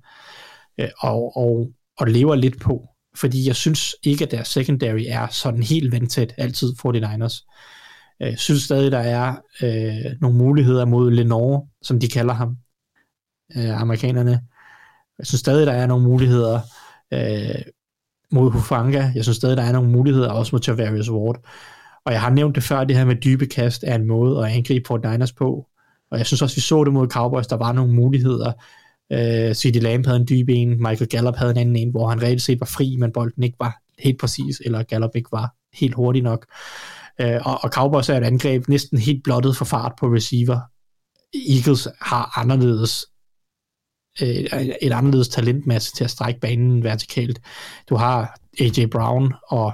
og lever lidt på. Fordi jeg synes ikke, at deres secondary er sådan helt vandtæt altid 49ers. Jeg synes stadig, der er nogle muligheder mod Lenore, som de kalder ham, amerikanerne. Jeg synes stadig, der er nogle muligheder mod Hufanga. Jeg synes stadig, der er nogle muligheder også mod Javarius Ward. Og jeg har nævnt det før, det her med dybe kast er en måde at angribe 49ers på. Og jeg synes også, vi så det mod Cowboys, der var nogle muligheder. CeeDee Lamb havde en dyb en, Michael Gallup havde en anden en, hvor han reelt set var fri, men bolden ikke var helt præcis, eller Gallup ikke var helt hurtig nok. Og Cowboys er et angreb næsten helt blottet for fart på receiver. Eagles har et anderledes talentmasse til at strække banen vertikalt. Du har AJ Brown og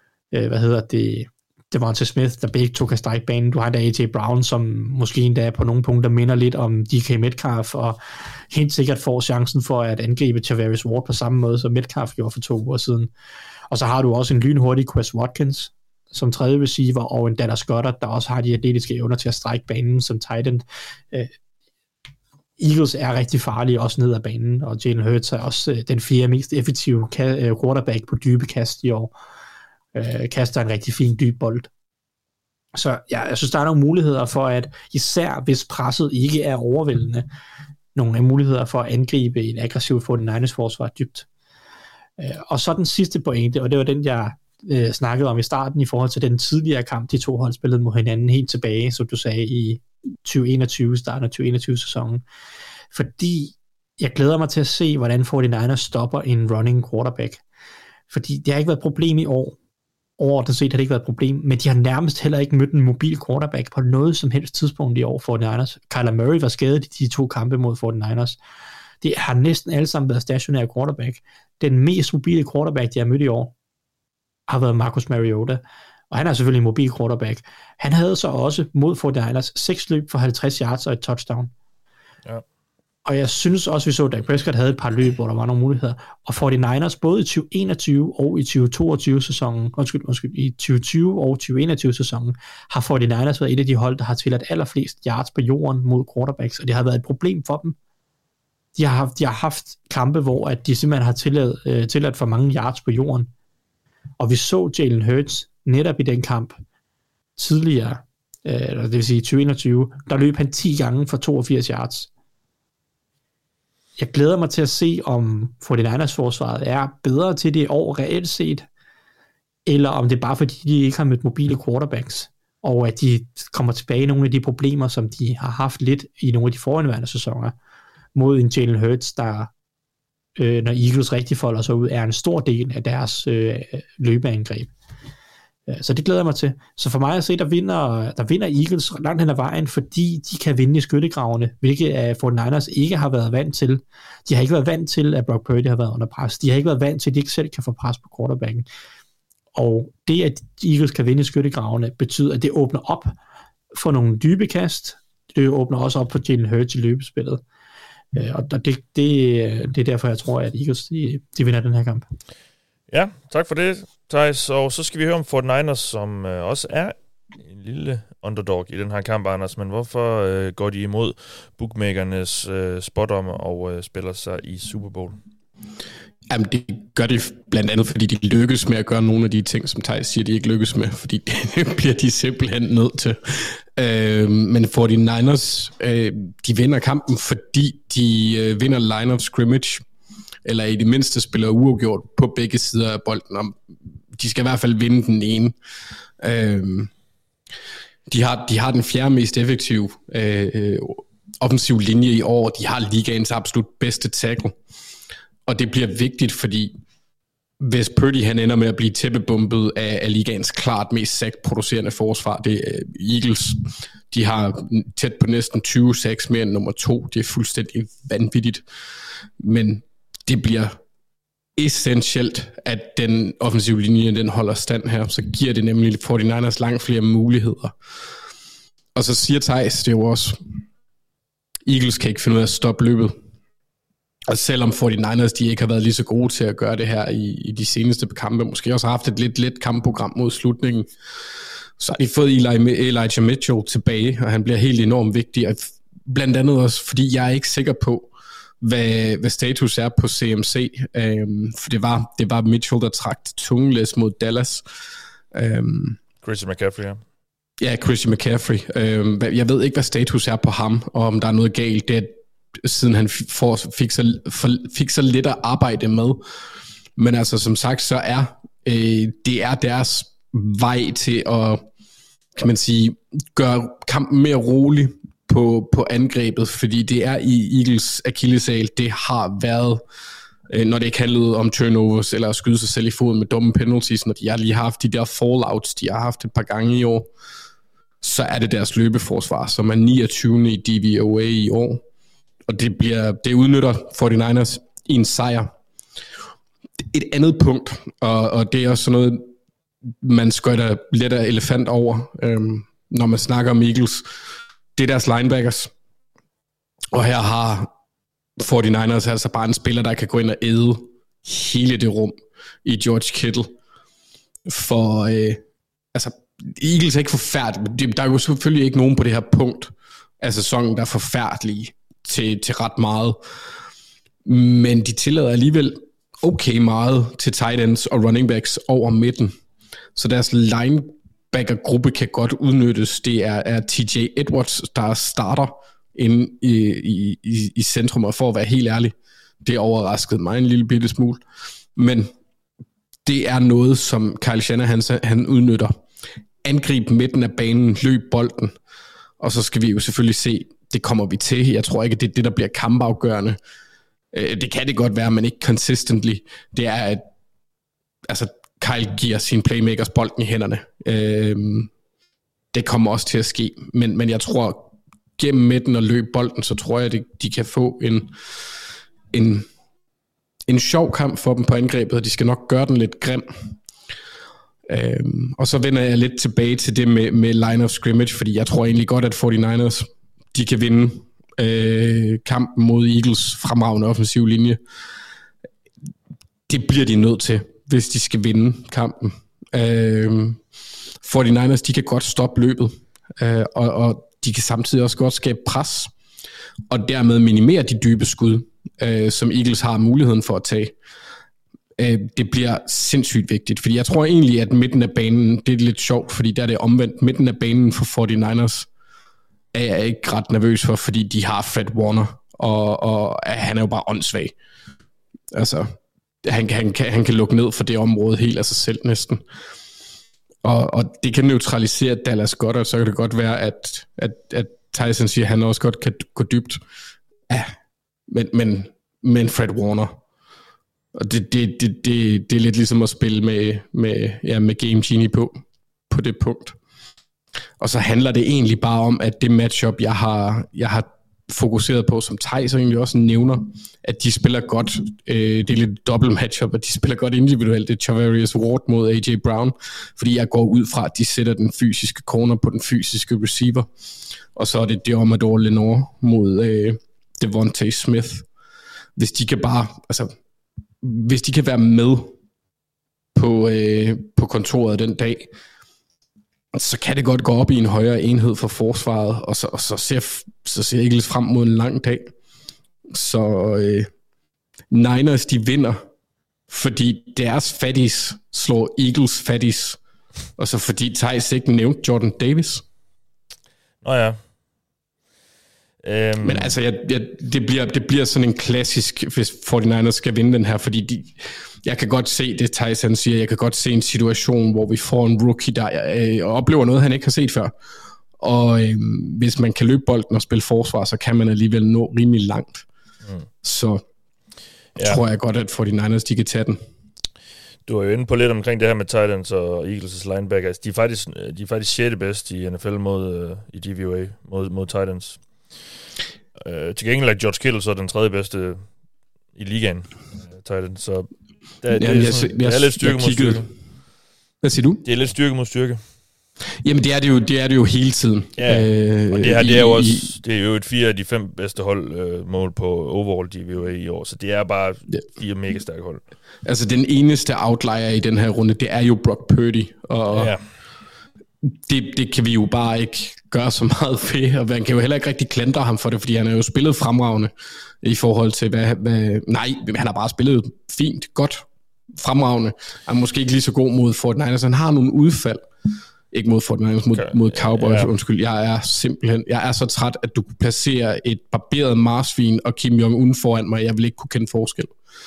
Devonta Smith, der begge to kan strække banen. Du har der AJ Brown, som måske endda på nogle punkter minder lidt om DK Metcalf, og helt sikkert får chancen for at angribe Javarius Ward på samme måde, som Metcalf gjorde for 2 uger siden. Og så har du også en lynhurtig Quez Watkins som tredje receiver, og en Dallas Goedert, der også har de atletiske evner til at strække banen som tight end. Eagles er rigtig farlige, også ned ad banen, og Jalen Hurts er også den 4. mest effektive quarterback på dybe kast i år. Kaster en rigtig fin dyb bold. Så ja, jeg synes, der er nogle muligheder for, at især hvis presset ikke er overvældende, nogle muligheder for at angribe en aggressiv 49ers forsvar dybt. Og så den sidste pointe, og det var den, jeg snakkede om i starten, i forhold til den tidligere kamp, de to hold spillede mod hinanden helt tilbage, som du sagde, i 2021, starten af 2021-sæsonen. Fordi jeg glæder mig til at se, hvordan 49ers stopper en running quarterback. Fordi det har ikke været et problem i år. Overordnet set har det ikke været et problem, men de har nærmest heller ikke mødt en mobil quarterback på noget som helst tidspunkt i år for 49ers. Kyler Murray var skadet i de 2 kampe mod 49ers. Det har næsten alle sammen været stationær quarterback. Den mest mobile quarterback, de har mødt i år, har været Marcus Mariota, og han er selvfølgelig en mobil quarterback. Han havde så også mod 49ers 6 løb for 50 yards og et touchdown. Ja. Og jeg synes også, vi så, at Dak Prescott havde et par løb, hvor der var nogle muligheder. Og 49ers, både i 2021 og i 2022-sæsonen, i 2020 og 2021-sæsonen, har 49ers været et af de hold, der har tilladt allerflest yards på jorden mod quarterbacks, og det har været et problem for dem. De har haft kampe, hvor at de simpelthen har tilladt for mange yards på jorden. Og vi så Jalen Hurts netop i den kamp tidligere, det vil sige 2021, der løb han 10 gange for 82 yards. Jeg glæder mig til at se, om 49ers forsvaret er bedre til det år reelt set, eller om det er bare fordi, de ikke har mødt mobile quarterbacks, og at de kommer tilbage i nogle af de problemer, som de har haft lidt i nogle af de forhenværende sæsoner, mod en Jalen Hurts, der, når Eagles rigtig folder sig ud, er en stor del af deres løbeangreb. Så det glæder jeg mig til. Så for mig at se, der vinder Eagles langt hen ad vejen, fordi de kan vinde i skyttegravene, hvilket 49ers ikke har været vant til. De har ikke været vant til, at Brock Purdy har været under pres. De har ikke været vant til, at de ikke selv kan få pres på quarterbacken. Og det, at Eagles kan vinde i skyttegravene, betyder, at det åbner op for nogle dybe kast. Det åbner også op for Jalen Hurts i løbespillet. Og det er derfor, jeg tror, at Eagles de vinder den her kamp. Ja, tak for det, Thijs. Og så skal vi høre om 49ers, som også er en lille underdog i den her kamp, Anders. Men hvorfor går de imod bookmakernes spådommer og spiller sig i Super Bowl? Jamen, det gør det blandt andet, fordi de lykkes med at gøre nogle af de ting, som Thijs siger, de ikke lykkes med, fordi det bliver de simpelthen nødt til. Men 49ers, de vinder kampen, fordi de vinder line of scrimmage, eller i det mindste spiller uafgjort på begge sider af bolden. Og de skal i hvert fald vinde den ene. De har den 4. mest effektive offensiv linje i år. De har ligaens absolut bedste tackle. Og det bliver vigtigt, fordi hvis Purdy han ender med at blive tæppebumpet af ligaens klart mest sack-producerende forsvar, det er Eagles. De har tæt på næsten 20 sacks mere end nummer 2. Det er fuldstændig vanvittigt. Men det bliver essentielt, at den offensive linje, den holder stand her. Så giver det nemlig 49ers langt flere muligheder. Og så siger Thijs, det er jo også, Eagles kan ikke finde ud af at stoppe løbet. Og selvom 49ers, de ikke har været lige så gode til at gøre det her i de seneste kampe, måske også har haft et lidt let kampprogram mod slutningen, så har de fået Elijah Mitchell tilbage, og han bliver helt enormt vigtig. Og blandt andet også, fordi jeg er ikke sikker på, hvad status er på CMC, for det var Mitchell, der trak tunge læs mod Dallas. Christian McCaffrey, ja. Ja, Christian McCaffrey. Jeg ved ikke, hvad status er på ham, og om der er noget galt. Det er, siden han fik så lidt at arbejde med. Men altså, som sagt, så er det er deres vej til at, kan man sige, gøre kampen mere rolig på angrebet, fordi det er i Eagles akilleshæl, det har været, når det ikke handlede om turnovers, eller at skyde sig selv i foden med dumme penalties, når de har lige haft de der fallouts, de har haft et par gange i år, så er det deres løbeforsvar, som er 29. i DVOA i år, og det udnytter 49ers i en sejr. Et andet punkt, og det er også sådan noget, man skøjter lidt af elefant over, når man snakker om Eagles, det er deres linebackers. Og her har 49ers altså bare en spiller, der kan gå ind og æde hele det rum i George Kittle. For altså, Eagles er ikke forfærdelige. Der er jo selvfølgelig ikke nogen på det her punkt af sæsonen, der er forfærdelige. til ret meget. Men de tillader alligevel okay meget til tight ends og running backs over midten. Så deres linebacker-gruppe kan godt udnyttes. Det er TJ Edwards, der starter inde i centrum, og for at være helt ærlig, det overraskede mig en lille bitte smule. Men det er noget, som Kyle Shanahan han udnytter. Angrib midten af banen, løb bolden, og så skal vi jo selvfølgelig se, det kommer vi til. Jeg tror ikke, det er det, der bliver kampafgørende. Det kan det godt være, men ikke consistently. Det er, at altså, Kyle giver sine playmakers bolden i hænderne. Det kommer også til at ske. Men jeg tror, gennem midten og løb bolden, så tror jeg, at de kan få en sjov kamp for dem på angrebet, og de skal nok gøre den lidt grim. Og så vender jeg lidt tilbage til det med line of scrimmage, fordi jeg tror egentlig godt, at 49ers, de kan vinde kampen mod Eagles fremragende offensiv linje. Det bliver de nødt til, hvis de skal vinde kampen. 49ers, de kan godt stoppe løbet, og de kan samtidig også godt skabe pres, og dermed minimere de dybe skud, som Eagles har muligheden for at tage. Det bliver sindssygt vigtigt, fordi jeg tror egentlig, at midten af banen, det er lidt sjovt, fordi der er det omvendt. Midten af banen for 49ers er jeg ikke ret nervøs for, fordi de har Fred Warner, og han er jo bare åndssvag. Altså, han kan lukke ned for det område helt af sig selv næsten. Og det kan neutralisere Dallas godt, og så kan det godt være, at Tyson siger, at han også godt kan gå dybt. Ja, men Fred Warner, og det er lidt ligesom at spille med Game Genie på det punkt. Og så handler det egentlig bare om, at det matchup, jeg har fokuseret på, som Thijs egentlig også nævner, at de spiller godt, det er lidt dobbelt matchup, at de spiller godt individuelt, det er Charvarius Ward mod AJ Brown, fordi jeg går ud fra, at de sætter den fysiske corner på den fysiske receiver, og så er det Deommodore Lenoir mod Devontae Smith. Hvis de kan hvis de kan være med på kontoret den dag, så kan det godt gå op i en højere enhed for forsvaret, og så ser Eagles frem mod en lang dag. Så Niners, de vinder, fordi deres fatties slår Eagles fatties, og så fordi Thijs ikke nævnte Jordan Davis. Nå ja. Men altså, det bliver sådan en klassisk, hvis 49ers skal vinde den her, fordi jeg kan godt se det, Tyson siger, jeg kan godt se en situation, hvor vi får en rookie, der oplever noget, han ikke har set før. Og hvis man kan løbe bolden og spille forsvar, så kan man alligevel nå rimelig langt. Så tror jeg godt, at 49ers, de kan tage den. Du er jo inde på lidt omkring det her med Titans og Eagles' linebackers. De er faktisk 6. bedst i NFL i DVOA mod Titans. Til gengæld er George Kittle så den 3. bedste i ligaen, Titans. Så det er lidt styrke mod styrke. Hvad siger du? Det er lidt styrke mod styrke. Jamen det er det jo hele tiden. Ja, og det er jo også det er jo et 4 af de 5 bedste hold mål på overall DVOA i år, så det er bare 4 mega stærke hold. Altså den eneste outlier i den her runde, det er jo Brock Purdy, og det kan vi jo bare ikke gøre så meget ved, og man kan jo heller ikke rigtig klandre ham for det, fordi han har jo spillet fremragende i forhold til nej, han har bare spillet fint, godt, fremragende. Han er måske ikke lige så god mod 49ers, han har nogle udfald. Ikke mod 49ers, mod Cowboys, undskyld. Jeg er så træt, at du kunne placere et barberet marsvin og Kim Jong-un foran mig. Jeg vil ikke kunne kende forskel.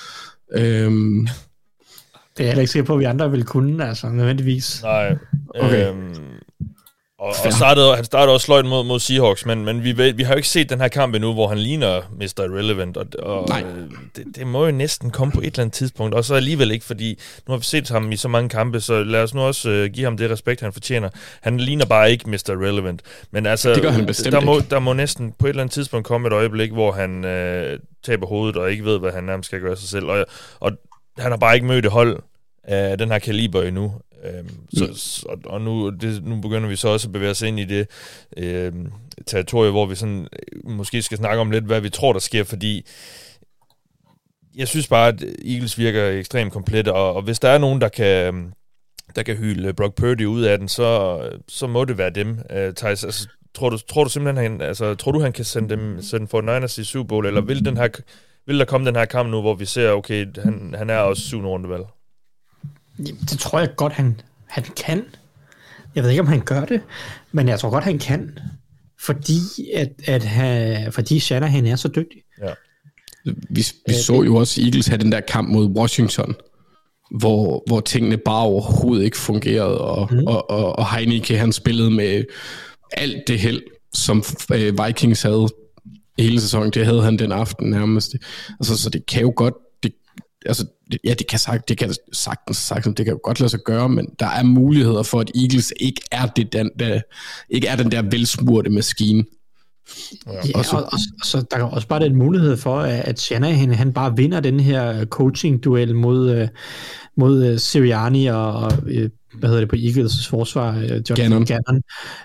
Det er jeg ikke sikker på, at vi andre vil kunne, altså nødvendigvis. Nej. Okay. Og han startede også sløjt mod Seahawks, men vi har jo ikke set den her kamp endnu, hvor han ligner Mr. Irrelevant, og det må jo næsten komme på et eller andet tidspunkt, og så alligevel ikke, fordi nu har vi set ham i så mange kampe, så lad os nu også give ham det respekt, han fortjener. Han ligner bare ikke Mr. Irrelevant, men altså, det gør han bestemt der må næsten på et eller andet tidspunkt komme et øjeblik, hvor han taber hovedet, og ikke ved, hvad han nærmest skal gøre sig selv, og han har bare ikke mødt et hold af den her kaliber endnu. Og nu begynder vi så også at bevæge os ind i det territorie, hvor vi sådan måske skal snakke om lidt, hvad vi tror, der sker, fordi jeg synes bare, at Eagles virker ekstremt komplet, og hvis der er nogen, der kan hyle Brock Purdy ud af den, så må det være dem. Thijs, altså, tror du simpelthen, tror du, han kan sende 49ers i Super Bowl, eller vil der komme den her kamp nu, hvor vi ser, okay, han er også 7. rundevalg? Det tror jeg godt, han kan. Jeg ved ikke, om han gør det, men jeg tror godt, han kan. Fordi fordi Shanahan er så dygtig. Ja. Vi så jo også Eagles have den der kamp mod Washington, hvor tingene bare overhovedet ikke fungerede, og Heineke, han spillede med alt det held, som Vikings havde hele sæsonen. Det havde han den aften nærmest. Altså, så det kan jo godt, det kan jo godt lade sig gøre, men der er muligheder for, at Eagles ikke er den der velsmurte maskine. Ja, og så der er også bare den mulighed for, at Shanahan, han bare vinder den her coaching-duel mod Sirianni og hvad hedder det på Eagles forsvar, Jonathan Gannon.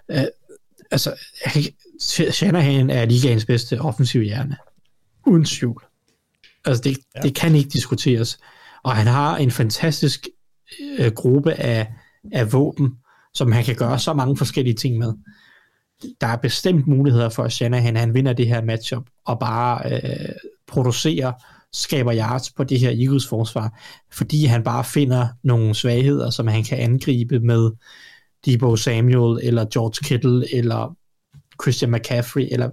Shanahan er ligaens bedste offensiv hjerne. Uden tvivl. Altså det kan ikke diskuteres. Og han har en fantastisk gruppe af våben, som han kan gøre så mange forskellige ting med. Der er bestemt muligheder for, at Shanahan han vinder det her matchup, og bare skaber yards på det her Eagles forsvar, fordi han bare finder nogle svagheder, som han kan angribe med Deebo Samuel, eller George Kittle, eller Christian McCaffrey, eller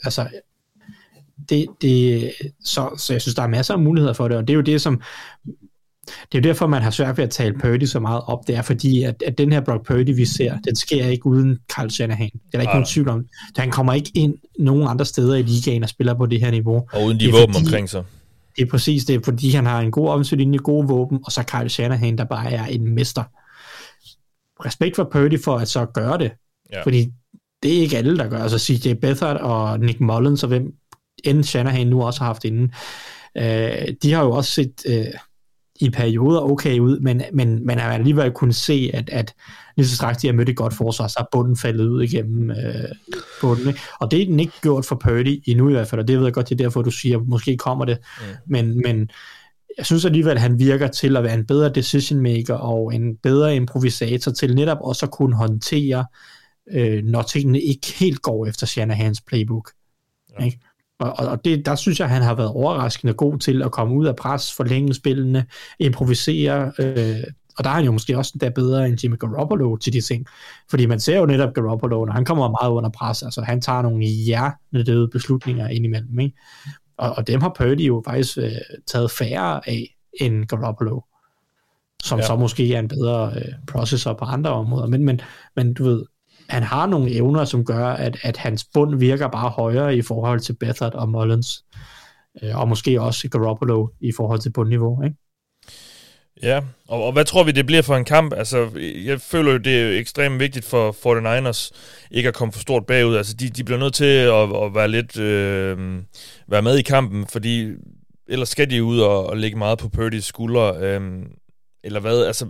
så jeg synes, der er masser af muligheder for det, og det er jo det, som det er jo derfor, man har svært ved at tale Purdy så meget op. Det er fordi, at den her Brock Purdy, vi ser, den sker ikke uden Kyle Shanahan. Det er der ikke nogen tvivl om. Han kommer ikke ind nogen andre steder i ligaen og spiller på det her niveau. Og uden de våben omkring sig. Det er præcis det, fordi han har en god offensiv linje, gode våben, og så Kyle Shanahan, der bare er en mester. Respekt for Purdy for at så gøre det. Ja. Fordi det er ikke alle, der gør. Altså CJ Beathard og Nick Mullins, og hvem end Shanahan nu også har haft inden. De har jo også set i perioder okay ud, men man har alligevel kunnet se, at lige så straks de har mødt et godt forsvar, så er bunden faldet ud igennem bunden. Ikke? Og det er den ikke gjort for Purdy endnu i hvert fald, og det ved jeg godt, det er derfor, du siger, måske kommer det. Men jeg synes alligevel, at han virker til at være en bedre decision maker og en bedre improvisator til netop også at kunne håndtere, når tingene ikke helt går efter Shanahans playbook. Ja. Ikke? Og der synes jeg, han har været overraskende god til at komme ud af pres, forlænge spillene, improvisere, og der er han jo måske også der bedre end Jimmy Garoppolo til de ting. Fordi man ser jo netop Garoppolo, når han kommer meget under pres, altså han tager nogle hjernedøde beslutninger indimellem, ikke? Og dem har Purdy jo faktisk taget færre af end Garoppolo, som så måske er en bedre processor på andre områder. Men du ved, han har nogle evner, som gør, at hans bund virker bare højere i forhold til Beathard og Mullins, og måske også Garoppolo i forhold til bundniveau, ikke? Ja, og hvad tror vi, det bliver for en kamp? Altså, jeg føler jo, det er ekstremt vigtigt for 49ers ikke at komme for stort bagud. Altså, de bliver nødt til at være lidt være med i kampen, fordi ellers skal de ud og lægge meget på Purdys skuldre. Eller hvad? Altså,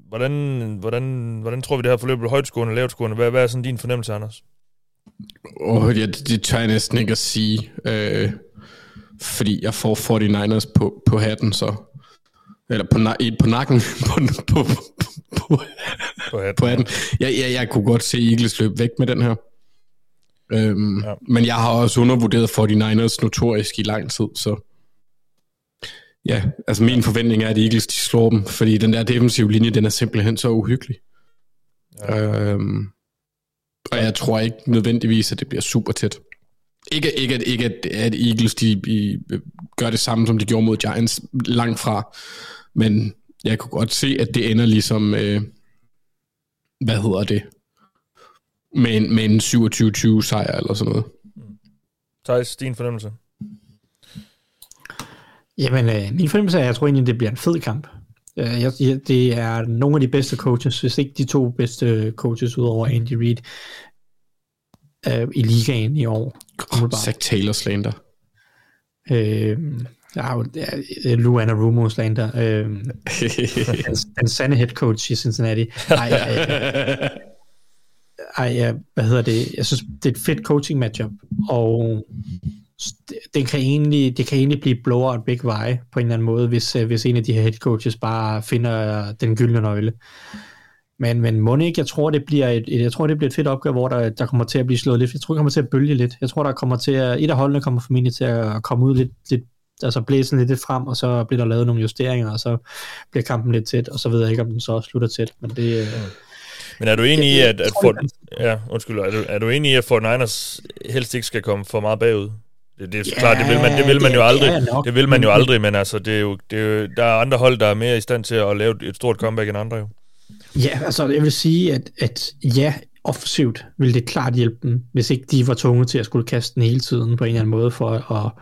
hvordan tror vi, det her forløb bliver højtskårende og lavtskårende? Hvad er sådan din fornemmelse, Anders? Det tør jeg næsten ikke at sige, fordi jeg får 49ers på hatten, så. Eller på nakken på hatten. Jeg kunne godt se Eagles løbe væk med den her. Men jeg har også undervurderet 49ers notorisk i lang tid, så ja, altså min forventning er, at Eagles de slår dem, fordi den der defensive linje, den er simpelthen så uhyggelig. Ja. Og jeg tror ikke nødvendigvis, at det bliver super tæt. Ikke at Eagles de gør det samme, som de gjorde mod Giants, langt fra. Men jeg kunne godt se, at det ender ligesom, med en 27-20 sejr eller sådan noget. Thijs, din fornemmelse? Jamen, min fornemmelse er, at jeg tror egentlig, det bliver en fed kamp. Det er nogle af de bedste coaches, hvis ikke de to bedste coaches udover Andy Reid i ligaen i år. Zach Taylor slander. Lou Anarumo slander. Den sande head coach i Cincinnati. Hvad hedder det? Jeg synes, det er et fedt coaching matchup, og det kan egentlig blive blowout begge veje på en eller anden måde, hvis en af de her head coaches bare finder den gyldne nøgle. Men Monique, jeg tror, det bliver et fedt opgør, hvor der kommer til at blive slået lidt. Jeg tror, det kommer til at bølge lidt. Jeg tror, der kommer til at... Et af holdene kommer formentlig til at komme ud lidt altså blæse lidt frem, og så bliver der lavet nogle justeringer, og så bliver kampen lidt tæt, og så ved jeg ikke, om den så slutter tæt. Men det... Men er du enig i, at er du enig i, at 49ers helst ikke skal komme for meget bagud? Det er klart, det vil man jo aldrig. Det vil man jo aldrig, men altså, det er jo, der er andre hold, der er mere i stand til at lave et stort comeback end andre jo. Ja, altså jeg vil sige, at ja, offensivt ville det klart hjælpe dem, hvis ikke de var tvunget til at skulle kaste den hele tiden på en eller anden måde for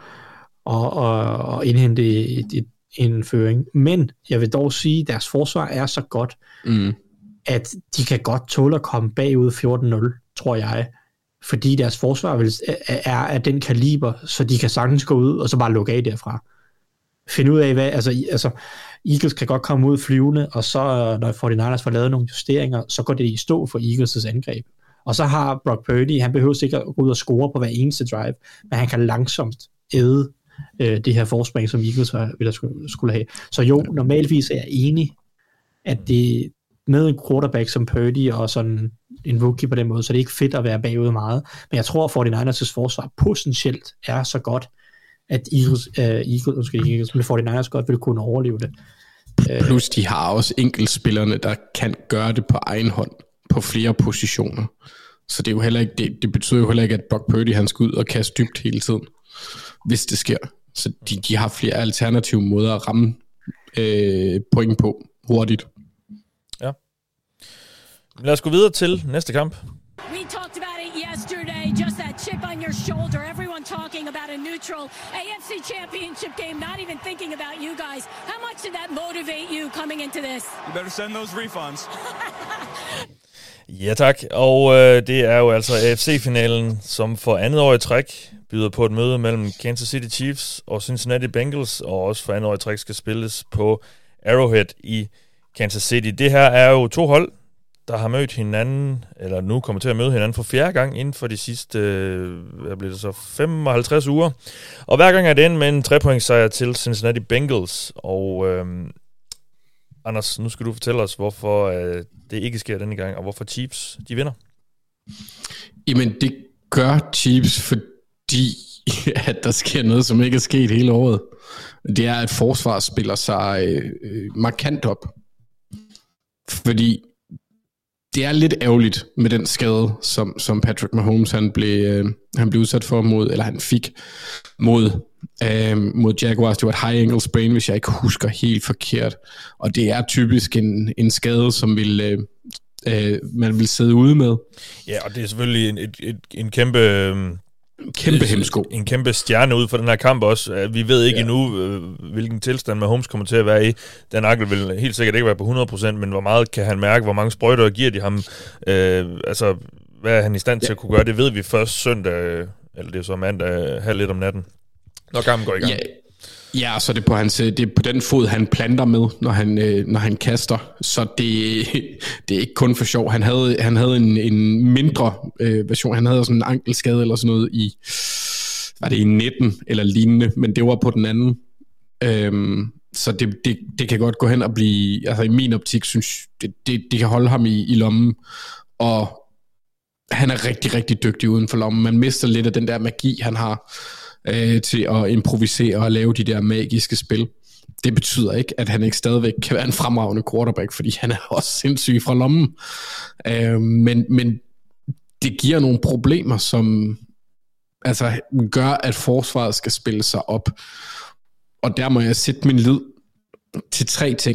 at indhente en føring. Men jeg vil dog sige, at deres forsvar er så godt, at de kan godt tåle at komme bagud 14-0, tror jeg. Fordi deres forsvar er af den kaliber, så de kan sagtens gå ud og så bare lukke af derfra. Finde ud af, hvad... Altså Eagles kan godt komme ud flyvende, og så når 49ers får lavet nogle justeringer, så går det i stå for Eagles' angreb. Og så har Brock Purdy, han behøver ikke at gå ud og score på hver eneste drive, men han kan langsomt æde det her forspring, som Eagles ville skulle have. Så jo, normalvis er jeg enig, at det med en quarterback som Purdy og sådan en rookie på den måde, så det er ikke fedt at være bagud meget. Men jeg tror, at 49ers' forsvar potentielt er så godt, at Eagles med 49ers godt vil kunne overleve det. Plus de har også enkeltspillerne, der kan gøre det på egen hånd, på flere positioner. Så det er jo heller ikke, det betyder jo heller ikke, at Brock Purdy han skal ud og kaste dybt hele tiden, hvis det sker. Så de har flere alternative måder at ramme point på hurtigt. Ja. Lad os gå videre til næste kamp. We talked about it yesterday, just that chip on your shoulder. Everyone talking about a neutral AFC championship game, not even thinking about you guys. How much did that motivate you coming into this? You better send those refunds. Ja tak, og det er jo altså AFC-finalen, som for andet år i træk byder på et møde mellem Kansas City Chiefs og Cincinnati Bengals, og også for andet år i træk skal spilles på Arrowhead i Kansas City. Det her er jo to hold, der har mødt hinanden, eller nu kommer til at møde hinanden for fjerde gang inden for de sidste, 55 uger. Og hver gang er det med en 3-pointssejr til Cincinnati Bengals. Og Anders, nu skal du fortælle os, hvorfor det ikke sker denne gang, og hvorfor Chiefs, de vinder. Jamen, det gør Chiefs, fordi at der sker noget, som ikke er sket hele året. Det er, at forsvaret spiller sig markant op. Fordi det er lidt ærgerligt med den skade, som Patrick Mahomes han blev udsat for han fik mod Jaguars. Det var et high ankle sprain, hvis jeg ikke husker helt forkert. Og det er typisk en skade, som man vil sidde ude med. Ja, og det er selvfølgelig en kæmpe hemsko. En kæmpe stjerne ud for den her kamp også. Vi ved ikke endnu, hvilken tilstand Mahomes kommer til at være i. Den ankel vil helt sikkert ikke være på 100%, men hvor meget kan han mærke, hvor mange sprøjter giver de ham? Hvad er han i stand til at kunne gøre? Det ved vi først søndag, eller det er så mandag, 1:30 om natten, når kampen går i gang. Ja, så det er på den fod, han planter med, når han kaster. Så det er ikke kun for sjov. Han havde en mindre version. Han havde sådan en ankelskade eller sådan noget var det i 19 eller lignende, men det var på den anden. Så det kan godt gå hen og blive, altså i min optik, synes det kan holde ham i lommen. Og han er rigtig, rigtig dygtig uden for lommen. Man mister lidt af den der magi, han har til at improvisere og lave de der magiske spil. Det betyder ikke, at han ikke stadigvæk kan være en fremragende quarterback, fordi han er også sindssyg fra lommen. Men det giver nogle problemer, som altså gør, at forsvaret skal spille sig op. Og der må jeg sætte min lid til 3 ting.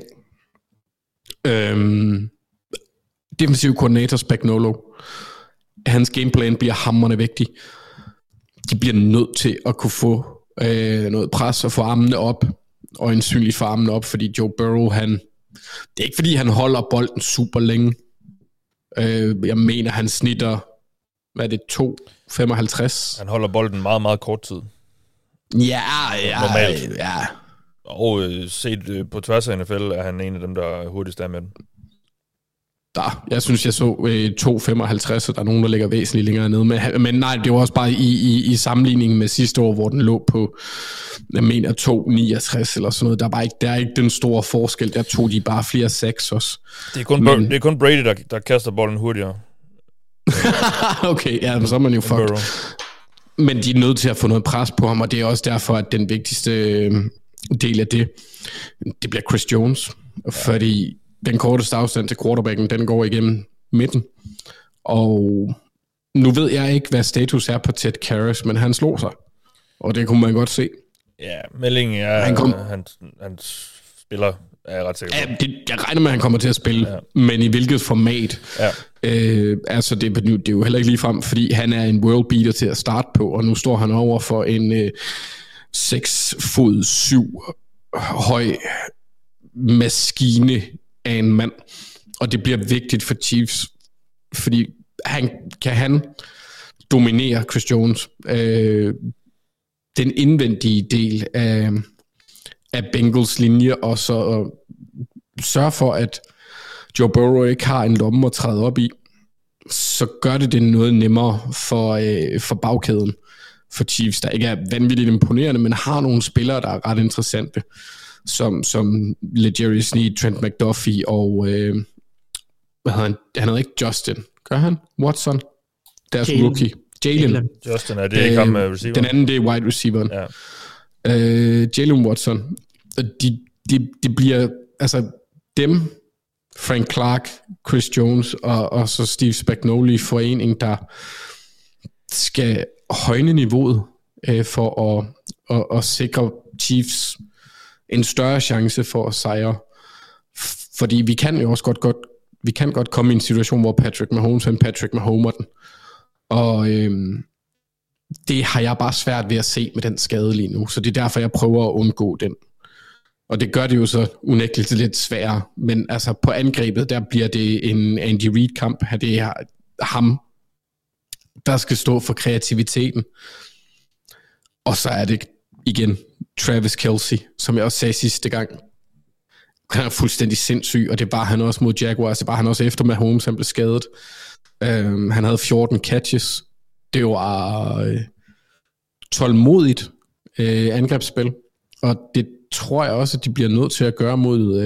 Defensive koordinator Spagnuolo. Hans gameplan bliver hamrende vigtig. De bliver nødt til at kunne få noget pres og få armene op, og øjensynligt få armene op, fordi Joe Burrow, det er ikke fordi han holder bolden super længe. Jeg mener, han snitter, hvad er det, 2,55? Han holder bolden meget, meget kort tid. Ja. Normalt. Ja. Og set på tværs af NFL, er han en af dem, der hurtigst er med den. Jeg synes, jeg så 2,55, og der er nogen, der ligger væsentligt længere nede. Men nej, det var også bare i sammenligning med sidste år, hvor den lå på, jeg mener, 2,69 eller sådan noget. Der er ikke den store forskel. Der tog de bare flere sacks også. Det er kun Brady, der kaster bolden hurtigere. Okay, ja, så er man jo fucked. Men de er nødt til at få noget pres på ham, og det er også derfor, at den vigtigste del af det bliver Chris Jones. Fordi den korteste afstand til quarterbacken, den går igennem midten. Og nu ved jeg ikke, hvad status er på Ted Karras, men han slog sig. Og det kunne man godt se. Ja, meldingen er, han spiller, er jeg ret sikker på. Ja, jeg regner med, at han kommer til at spille, men i hvilket format? Ja. Altså, det er jo heller ikke lige frem, fordi han er en world beater til at starte på, og nu står han over for en 6'7" høj maskine af en mand, og det bliver vigtigt for Chiefs, fordi han dominere Chris Jones, den indvendige del af Bengals linje, og så sørge for, at Joe Burrow ikke har en lomme at træde op i, så gør det noget nemmere for bagkæden for Chiefs, der ikke er vanvittigt imponerende, men har nogle spillere, der er ret interessante, som LeGarrette Sneed, Trent McDuffie og hvad hedder han? Han hedder ikke Justin. Gør han? Watson? Deres rookie. Jalen. Justin, er det ikke ham med receiver? Den anden, det er wide receiveren. Ja. Jalen Watson. De bliver, altså dem, Frank Clark, Chris Jones og så Steve Spagnuolo forening, der skal højne niveauet for at sikre Chiefs en større chance for at sejre. Fordi vi kan jo også godt komme i en situation, hvor Patrick Mahomes den. Og det har jeg bare svært ved at se med den skade lige nu. Så det er derfor, jeg prøver at undgå den. Og det gør det jo så unægteligt lidt sværere. Men altså på angrebet, der bliver det en Andy Reid-kamp. Det er ham, der skal stå for kreativiteten. Og så er det igen Travis Kelce, som jeg også sagde sidste gang. Han er fuldstændig sindssyg, og det var han også mod Jaguars. Det var han også efter Mahomes, han blev skadet. Han havde 14 catches. Det var tålmodigt angrebsspil, og det tror jeg også, at de bliver nødt til at gøre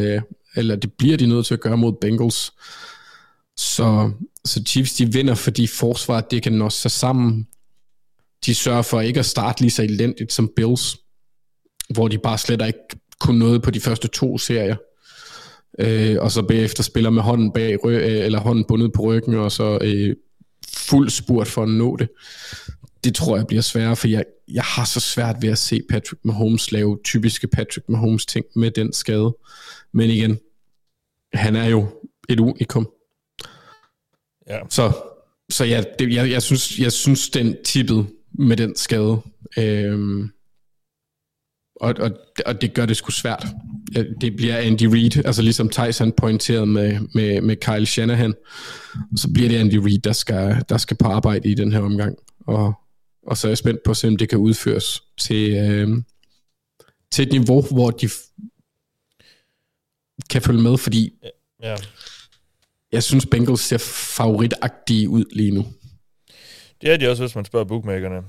mod Bengals. Så Chiefs, de vinder, fordi forsvaret, det kan nå sig sammen. De sørger for ikke at starte lige så elendigt som Bills, hvor de bare slet ikke kunne noget på de første 2 serier. Og så bagefter spiller med hånden bag eller hånden bundet på ryggen, og så fuld spurt for at nå det. Det tror jeg bliver sværere, for jeg har så svært ved at se Patrick Mahomes lave typiske Patrick Mahomes ting med den skade. Men igen, han er jo et unikum. Ja. Så ja, jeg synes den tippede med den skade. Og det gør det sgu svært. Det bliver Andy Reid, altså ligesom Tyson pointerede med Kyle Shanahan, så bliver det Andy Reid, der skal på arbejde i den her omgang. Og så er jeg spændt på at se, om det kan udføres til et niveau, hvor de kan følge med, fordi jeg synes, Bengals ser favoritagtige ud lige nu. Det er de også, hvis man spørger bookmakerne.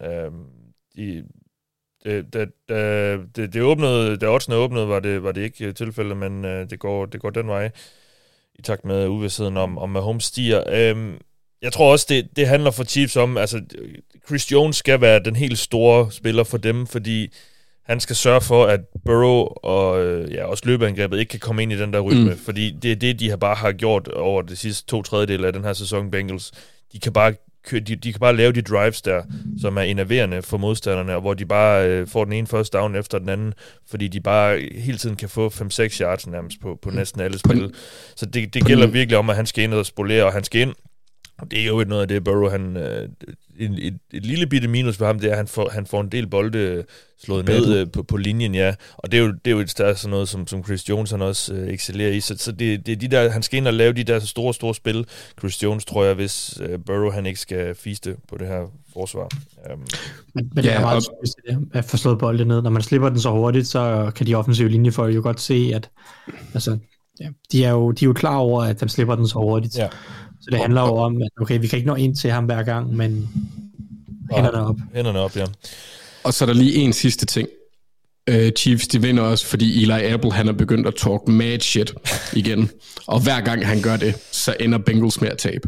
Det åbnede, da oddsene åbnede, var det ikke tilfældet, men det går den vej, i takt med uvidstheden om Mahomes stiger. Jeg tror også, det handler for Chiefs om, altså Chris Jones skal være den helt store spiller for dem, fordi han skal sørge for, at Burrow og også løbeangrebet ikke kan komme ind i den der rytme, fordi det er det, de bare har gjort over de sidste 2/3 af den her sæson, Bengals. De kan bare lave de drives der, som er enerverende for modstanderne, og hvor de bare får den ene first down efter den anden, fordi de bare hele tiden kan få 5-6 yards nærmest på næsten alle spil. Så det gælder virkelig om, at han skal ind og spolere, og han skal ind. Og det er jo noget af det, Burrow, et lille bitte minus for ham, det er, at han får en del bolde slået ned på linjen, ja. Og det er jo et større sådan noget, som Chris Jones han også excellerer i. Så det er de der, han skal ind og lave de der store spil. Chris Jones, tror jeg, hvis Burrow han ikke skal fiste på det her forsvar. Men det er meget at få slået bolden ned. Når man slipper den så hurtigt, så kan de offensive linjefolk jo godt se, at altså, Ja, de er jo klar over, at han slipper den så hurtigt. Ja. Så det handler jo om, at okay, vi kan ikke nå ind til ham hver gang, men hænderne op, ja. Og så er der lige en sidste ting. Chiefs, de vinder også, fordi Eli Apple, han er begyndt at talk mad shit igen. Og hver gang han gør det, så ender Bengals med at tabe.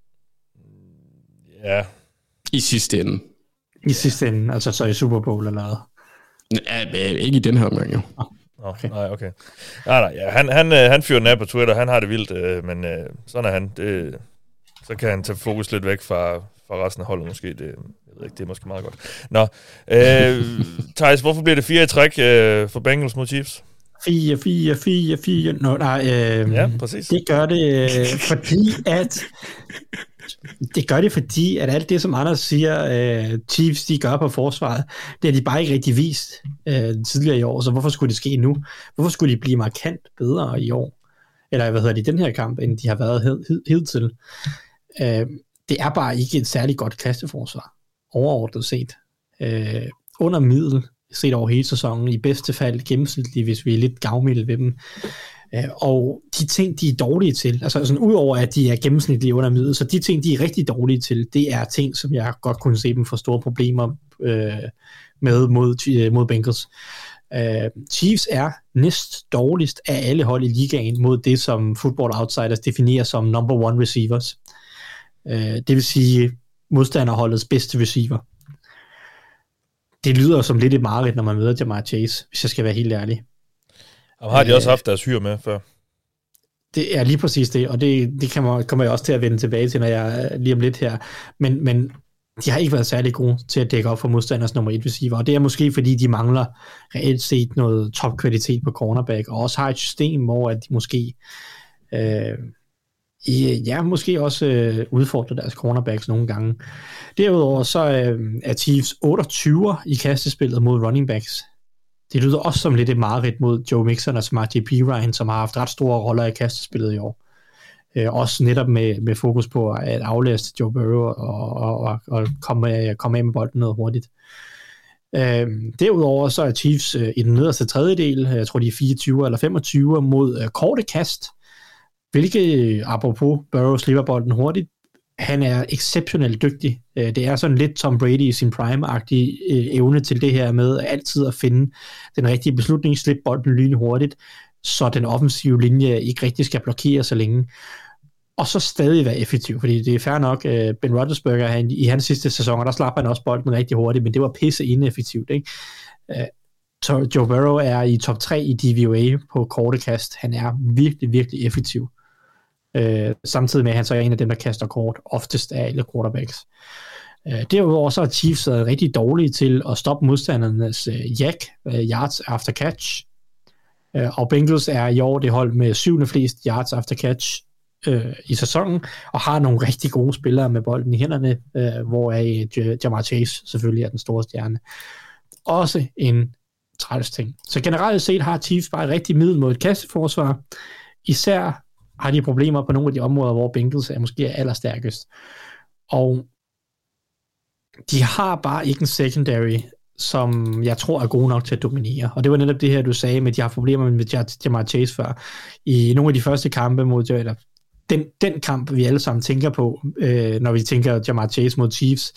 Ja. I sidste ende. I sidste ende, altså så i Super Bowl eller noget? Ja, ikke i den her omgang, jo. Okay. Nej, okay. Nej, ja, han fyrer den af på Twitter, han har det vildt, men sådan er han. Så kan han tage fokus lidt væk fra resten af holdet måske. Jeg ved ikke, det er måske meget godt. Nå, Thijs, hvorfor bliver det 4 i træk for Bengals mod Chiefs? 4. Nå, nej, ja, præcis. Det gør det, fordi at alt det, som Anders siger, Chiefs, de gør på forsvaret, det har de bare ikke rigtig vist tidligere i år, så hvorfor skulle det ske nu? Hvorfor skulle de blive markant bedre i år? Eller i den her kamp, end de har været hidtil? Det er bare ikke et særligt godt kasteforsvar, overordnet set. Under middel, set over hele sæsonen, i bedste fald gennemsnitligt, hvis vi er lidt gavmilde ved dem. Og de ting, de er dårlige til, altså sådan udover at de er gennemsnitlige under middel, så de ting, de er rigtig dårlige til, det er ting, som jeg godt kunne se dem få store problemer med mod Bengals. Chiefs er næst dårligst af alle hold i ligaen mod det, som Football Outsiders definerer som number one receivers. Det vil sige modstanderholdets bedste receiver. Det lyder som lidt et mareridt, når man møder Ja'Marr Chase, hvis jeg skal være helt ærlig. Og har de også haft deres hyre med før? Det er lige præcis det, og det kommer jeg også til at vende tilbage til, når jeg lige om lidt her. Men de har ikke været særlig gode til at dække op for modstanders nummer 1 receiver, og det er måske fordi, de mangler reelt set noget topkvalitet på cornerback, og også har et system, hvor at de måske måske også udfordrer deres cornerbacks nogle gange. Derudover så er Chiefs 28 i kastespillet mod running backs. Det lyder også som lidt et mareridt mod Joe Mixon og Samaje Perine, som har haft ret store roller i kastespillet i år. Også netop med fokus på at aflæse Joe Burrow og komme af med bolden noget hurtigt. Derudover så er Chiefs i den nederste tredjedel, jeg tror de er 24 eller 25 mod korte kast, hvilket apropos Burrow slipper bolden hurtigt. Han er exceptionelt dygtig. Det er sådan lidt Tom Brady i sin prime-agtige evne til det her med altid at finde den rigtige beslutning, slippe bolden lynhurtigt, så den offensive linje ikke rigtig skal blokere så længe. Og så stadig være effektiv, fordi det er fair nok, Ben Roethlisberger i hans sidste sæson, der slap han også bolden rigtig hurtigt, men det var pisse ineffektivt, ikke? Joe Burrow er i top 3 i DVOA på korte kast. Han er virkelig, virkelig effektiv. Samtidig med, at han så er en af dem, der kaster kort, oftest af alle quarterbacks. Derudover så er Chiefs rigtig dårlige til at stoppe modstandernes yards after catch. Og Bengals er i år det hold med 7. flest yards after catch i sæsonen, og har nogle rigtig gode spillere med bolden i hænderne, hvor Ja'Marr Chase selvfølgelig er den store stjerne. Også en træls ting. Så generelt set har Chiefs bare et rigtig middel mod et kasteforsvar. Især har de problemer på nogle af de områder, hvor Bengals er måske allerstærkest. Og de har bare ikke en secondary, som jeg tror er god nok til at dominere. Og det var netop det her, du sagde, med at de har problemer med Ja'Marr Chase før. I nogle af de første kampe mod, eller den kamp, vi alle sammen tænker på, når vi tænker Ja'Marr Chase mod Chiefs,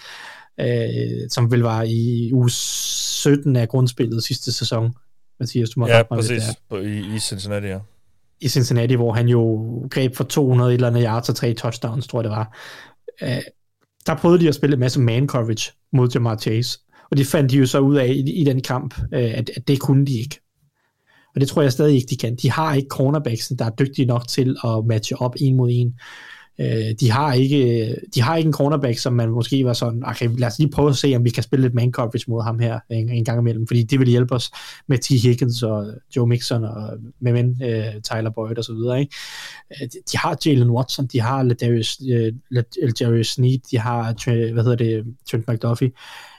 som vel var i uge 17 af grundspillet sidste sæson. Mathias, du må ja, præcis. I Cincinnati, ja. I Cincinnati, hvor han jo greb for 200 eller andet yards og 3 touchdowns, tror jeg det var. Der prøvede de at spille en masse man coverage mod Ja'Marr Chase, og det fandt de jo så ud af i den kamp, at det kunne de ikke. Og det tror jeg stadig ikke, de kan. De har ikke cornerbacks, der er dygtige nok til at matche op 1 mod 1. De har ikke en cornerback, som man måske var sådan, okay, lad os lige prøve at se, om vi kan spille lidt man coverage mod ham her en gang imellem, fordi det vil hjælpe os med T. Higgins og Joe Mixon og med Tyler Boyd og så videre, ikke? De har Jalen Watson, de har Ladarius Sneed, de har Trent McDuffie.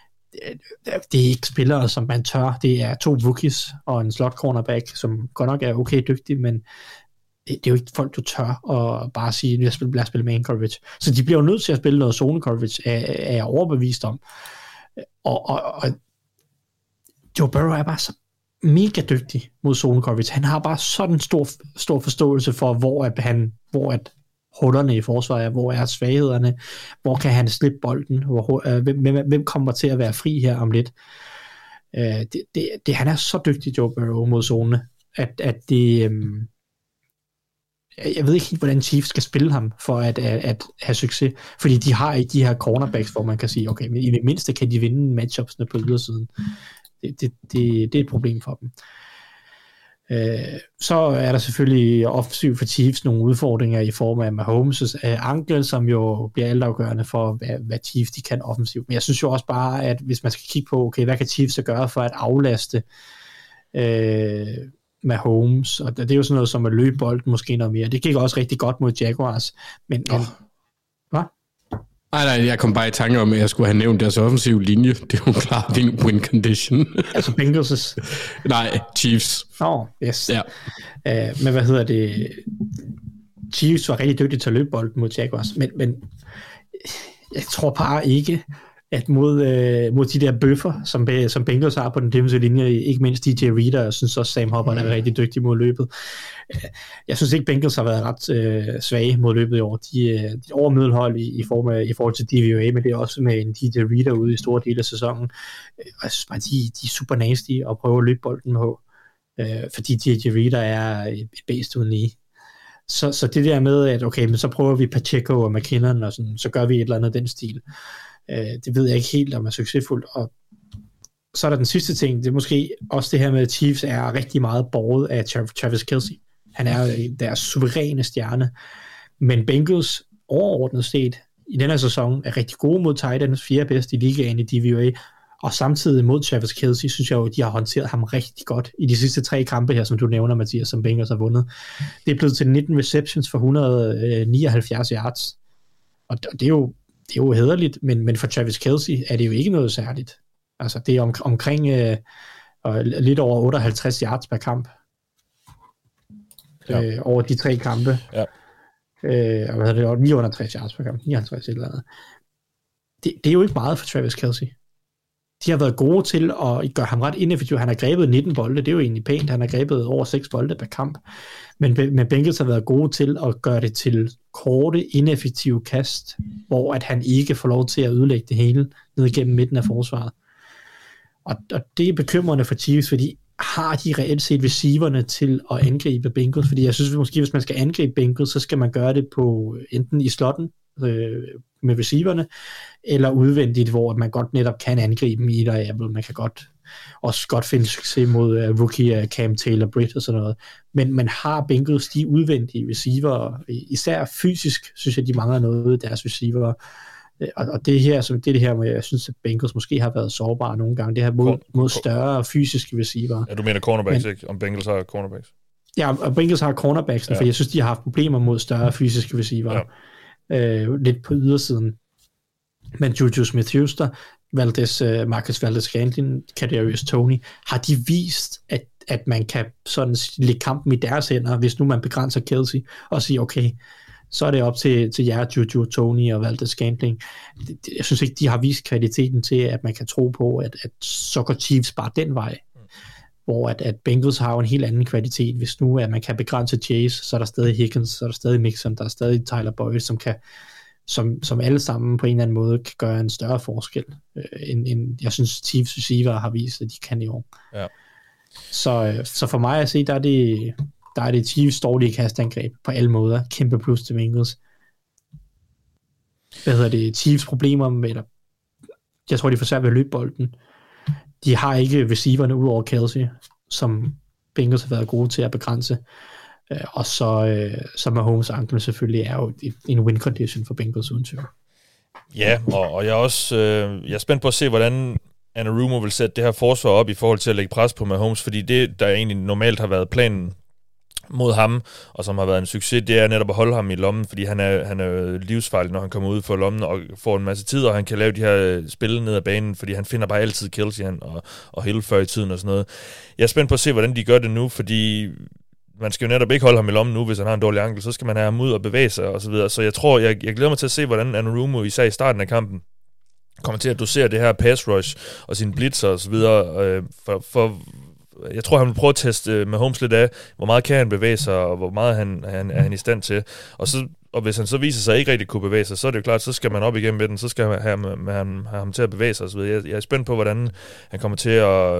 Det er ikke spillere, som man tør. Det er 2 rookies og en slot cornerback, som godt nok er okay dygtig, men det er jo ikke folk, du tør at bare sige, lad os spille man coverage. Så de bliver jo nødt til at spille noget zone coverage, er jeg overbevist om. Og Joe Burrow er bare så mega dygtig mod zone coverage. Han har bare sådan stor forståelse for, hvor at hullerne i forsvaret er, hvor er svaghederne, hvor kan han slippe bolden, hvem kommer til at være fri her om lidt. Han er så dygtig, Joe Burrow, mod zone, at det... jeg ved ikke helt, hvordan Chiefs skal spille ham for at have succes, fordi de har ikke de her cornerbacks, hvor man kan sige, okay, men i det mindste kan de vinde matchupsene på ydersiden. Det er et problem for dem. Så er der selvfølgelig offensivt for Chiefs nogle udfordringer i form af Mahomes' ankel, som jo bliver altafgørende for, hvad Chiefs de kan offensivt. Men jeg synes jo også bare, at hvis man skal kigge på, okay, hvad kan Chiefs så gøre for at aflaste Mahomes, og det er jo sådan noget som at løbe bolden måske noget mere. Det gik også rigtig godt mod Jaguars, men hvad? Nej, jeg kom bare i tanke om, at jeg skulle have nævnt deres offensive linje. Det er jo klart en win condition. Altså Bengals'? Nej, Chiefs. Yes. Ja. Men hvad hedder det? Chiefs var rigtig dygtige til at løbe bolden mod Jaguars, men jeg tror bare ikke, at mod de der bøffer, som Bengals har på den defensive linje, ikke mindst DJ Reader, jeg synes også Sam Hubbard er rigtig dygtig mod løbet. Jeg synes ikke, Bengals har været ret svage mod løbet i år. De er over middelhold i forhold til DVOA, men det er også med en DJ Reader ude i store dele af sæsonen. Jeg synes bare, de er super nasty at prøve at løbe bolden på, fordi DJ Reader er et bedst uden lige. Så det der med, at okay, men så prøver vi Pacheco og McKinnon, og sådan, så gør vi et eller andet den stil. Det ved jeg ikke helt, om er succesfuldt. Og så er der den sidste ting, det er måske også det her med, at Chiefs er rigtig meget båret af Travis Kelce. Han er deres suveræne stjerne. Men Bengals overordnet set i denne sæson er rigtig gode mod Titans, 4. bedste i ligaen i DVOA, og samtidig mod Travis Kelce, synes jeg jo, de har håndteret ham rigtig godt i de sidste 3 kampe her, som du nævner, Mathias, som Bengals har vundet. Det er blevet til 19 receptions for 179 yards. Og det er jo hæderligt, men for Travis Kelce er det jo ikke noget særligt. Altså, det er omkring lidt over 58 yards per kamp. Over de 3 kampe. Ja. Og hvad hedder det? 960 yards per kamp. 59 eller andet. Det er jo ikke meget for Travis Kelce. De har været gode til at gøre ham ret ineffektiv. Han har grebet 19 bolde, det er jo egentlig pænt. Han har grebet over 6 bolde per kamp. Men Bengals har været gode til at gøre det til korte, ineffektive kast, hvor at han ikke får lov til at ødelægge det hele ned igennem midten af forsvaret. Og det er bekymrende for Chiefs, fordi har de reelt set receiverne til at angribe Bengals? Fordi jeg synes måske, hvis man skal angribe Bengals, så skal man gøre det på enten i slotten med receiverne, eller udvendigt, hvor man godt netop kan angribe dem i der Apple. Man kan også godt finde succes mod rookie Cam Taylor-Britt og sådan noget. Men man har Bengals de udvendige receiver, især fysisk, synes jeg, de mangler noget af deres receiver. Og det her, som det her, hvor jeg synes, at Bengals måske har været sårbare nogle gange, det her mod større fysiske receiver. Ja, du mener cornerbacks, ikke? Om Bengals har cornerbacks? Ja, og Bengals har cornerbacks, for jeg synes, de har haft problemer mod større fysiske receiver. Ja. Lidt på ydersiden. Men Juju Smith-Schuster, Marcus Valdes-Scantling, Kadarius Toney, har de vist, at man kan sådan lægge kampen i deres hænder, hvis nu man begrænser Kelce, og sige, okay, så er det op til jer, Juju, Toney og Valdes-Scantling. Jeg synes ikke, de har vist kvaliteten til, at man kan tro på, at så går Chiefs bare den vej. Hvor at Bengals har jo en helt anden kvalitet. Hvis nu at man kan begrænse Chase, så er der stadig Higgins, så er der stadig Mixon, der er stadig Tyler Boyd, som alle sammen på en eller anden måde kan gøre en større forskel, end jeg synes Chiefs receiver har vist, at de kan i år. Ja. Så for mig at se, der er det Chiefs dårlige kastangreb på alle måder. Kæmpe plus til Bengals. Chiefs problemer med, jeg tror, de får svært ved at løbe bolden. De har ikke receiverne ud over Kelce, som Bengals har været gode til at begrænse. Og så Mahomes ankel selvfølgelig er jo en win condition for Bengals uden tvivl. Ja, og jeg er også jeg er spændt på at se, hvordan Anarumo vil sætte det her forsvar op i forhold til at lægge pres på Mahomes, fordi det, der egentlig normalt har været planen mod ham, og som har været en succes, det er netop at holde ham i lommen, fordi han er livsfarlig, når han kommer ud for lommen og får en masse tid, og han kan lave de her spil ned ad banen, fordi han finder bare altid Kelce og Hill før i tiden og sådan noget. Jeg er spændt på at se, hvordan de gør det nu, fordi man skal jo netop ikke holde ham i lommen nu, hvis han har en dårlig ankel, så skal man have ham ud og bevæge sig og så videre. Så jeg tror, jeg glæder mig til at se, hvordan Anarumo, især i starten af kampen, kommer til at dosere det her pass rush og sine blitzer og så videre, jeg tror, han vil prøve at teste Mahomes lidt af, hvor meget kan han bevæge sig, og hvor meget er han i stand til. Og hvis han så viser sig ikke rigtig kunne bevæge sig, så er det jo klart, så skal man op igennem med den, så skal man have ham til at bevæge sig. Så jeg er spændt på, hvordan han kommer til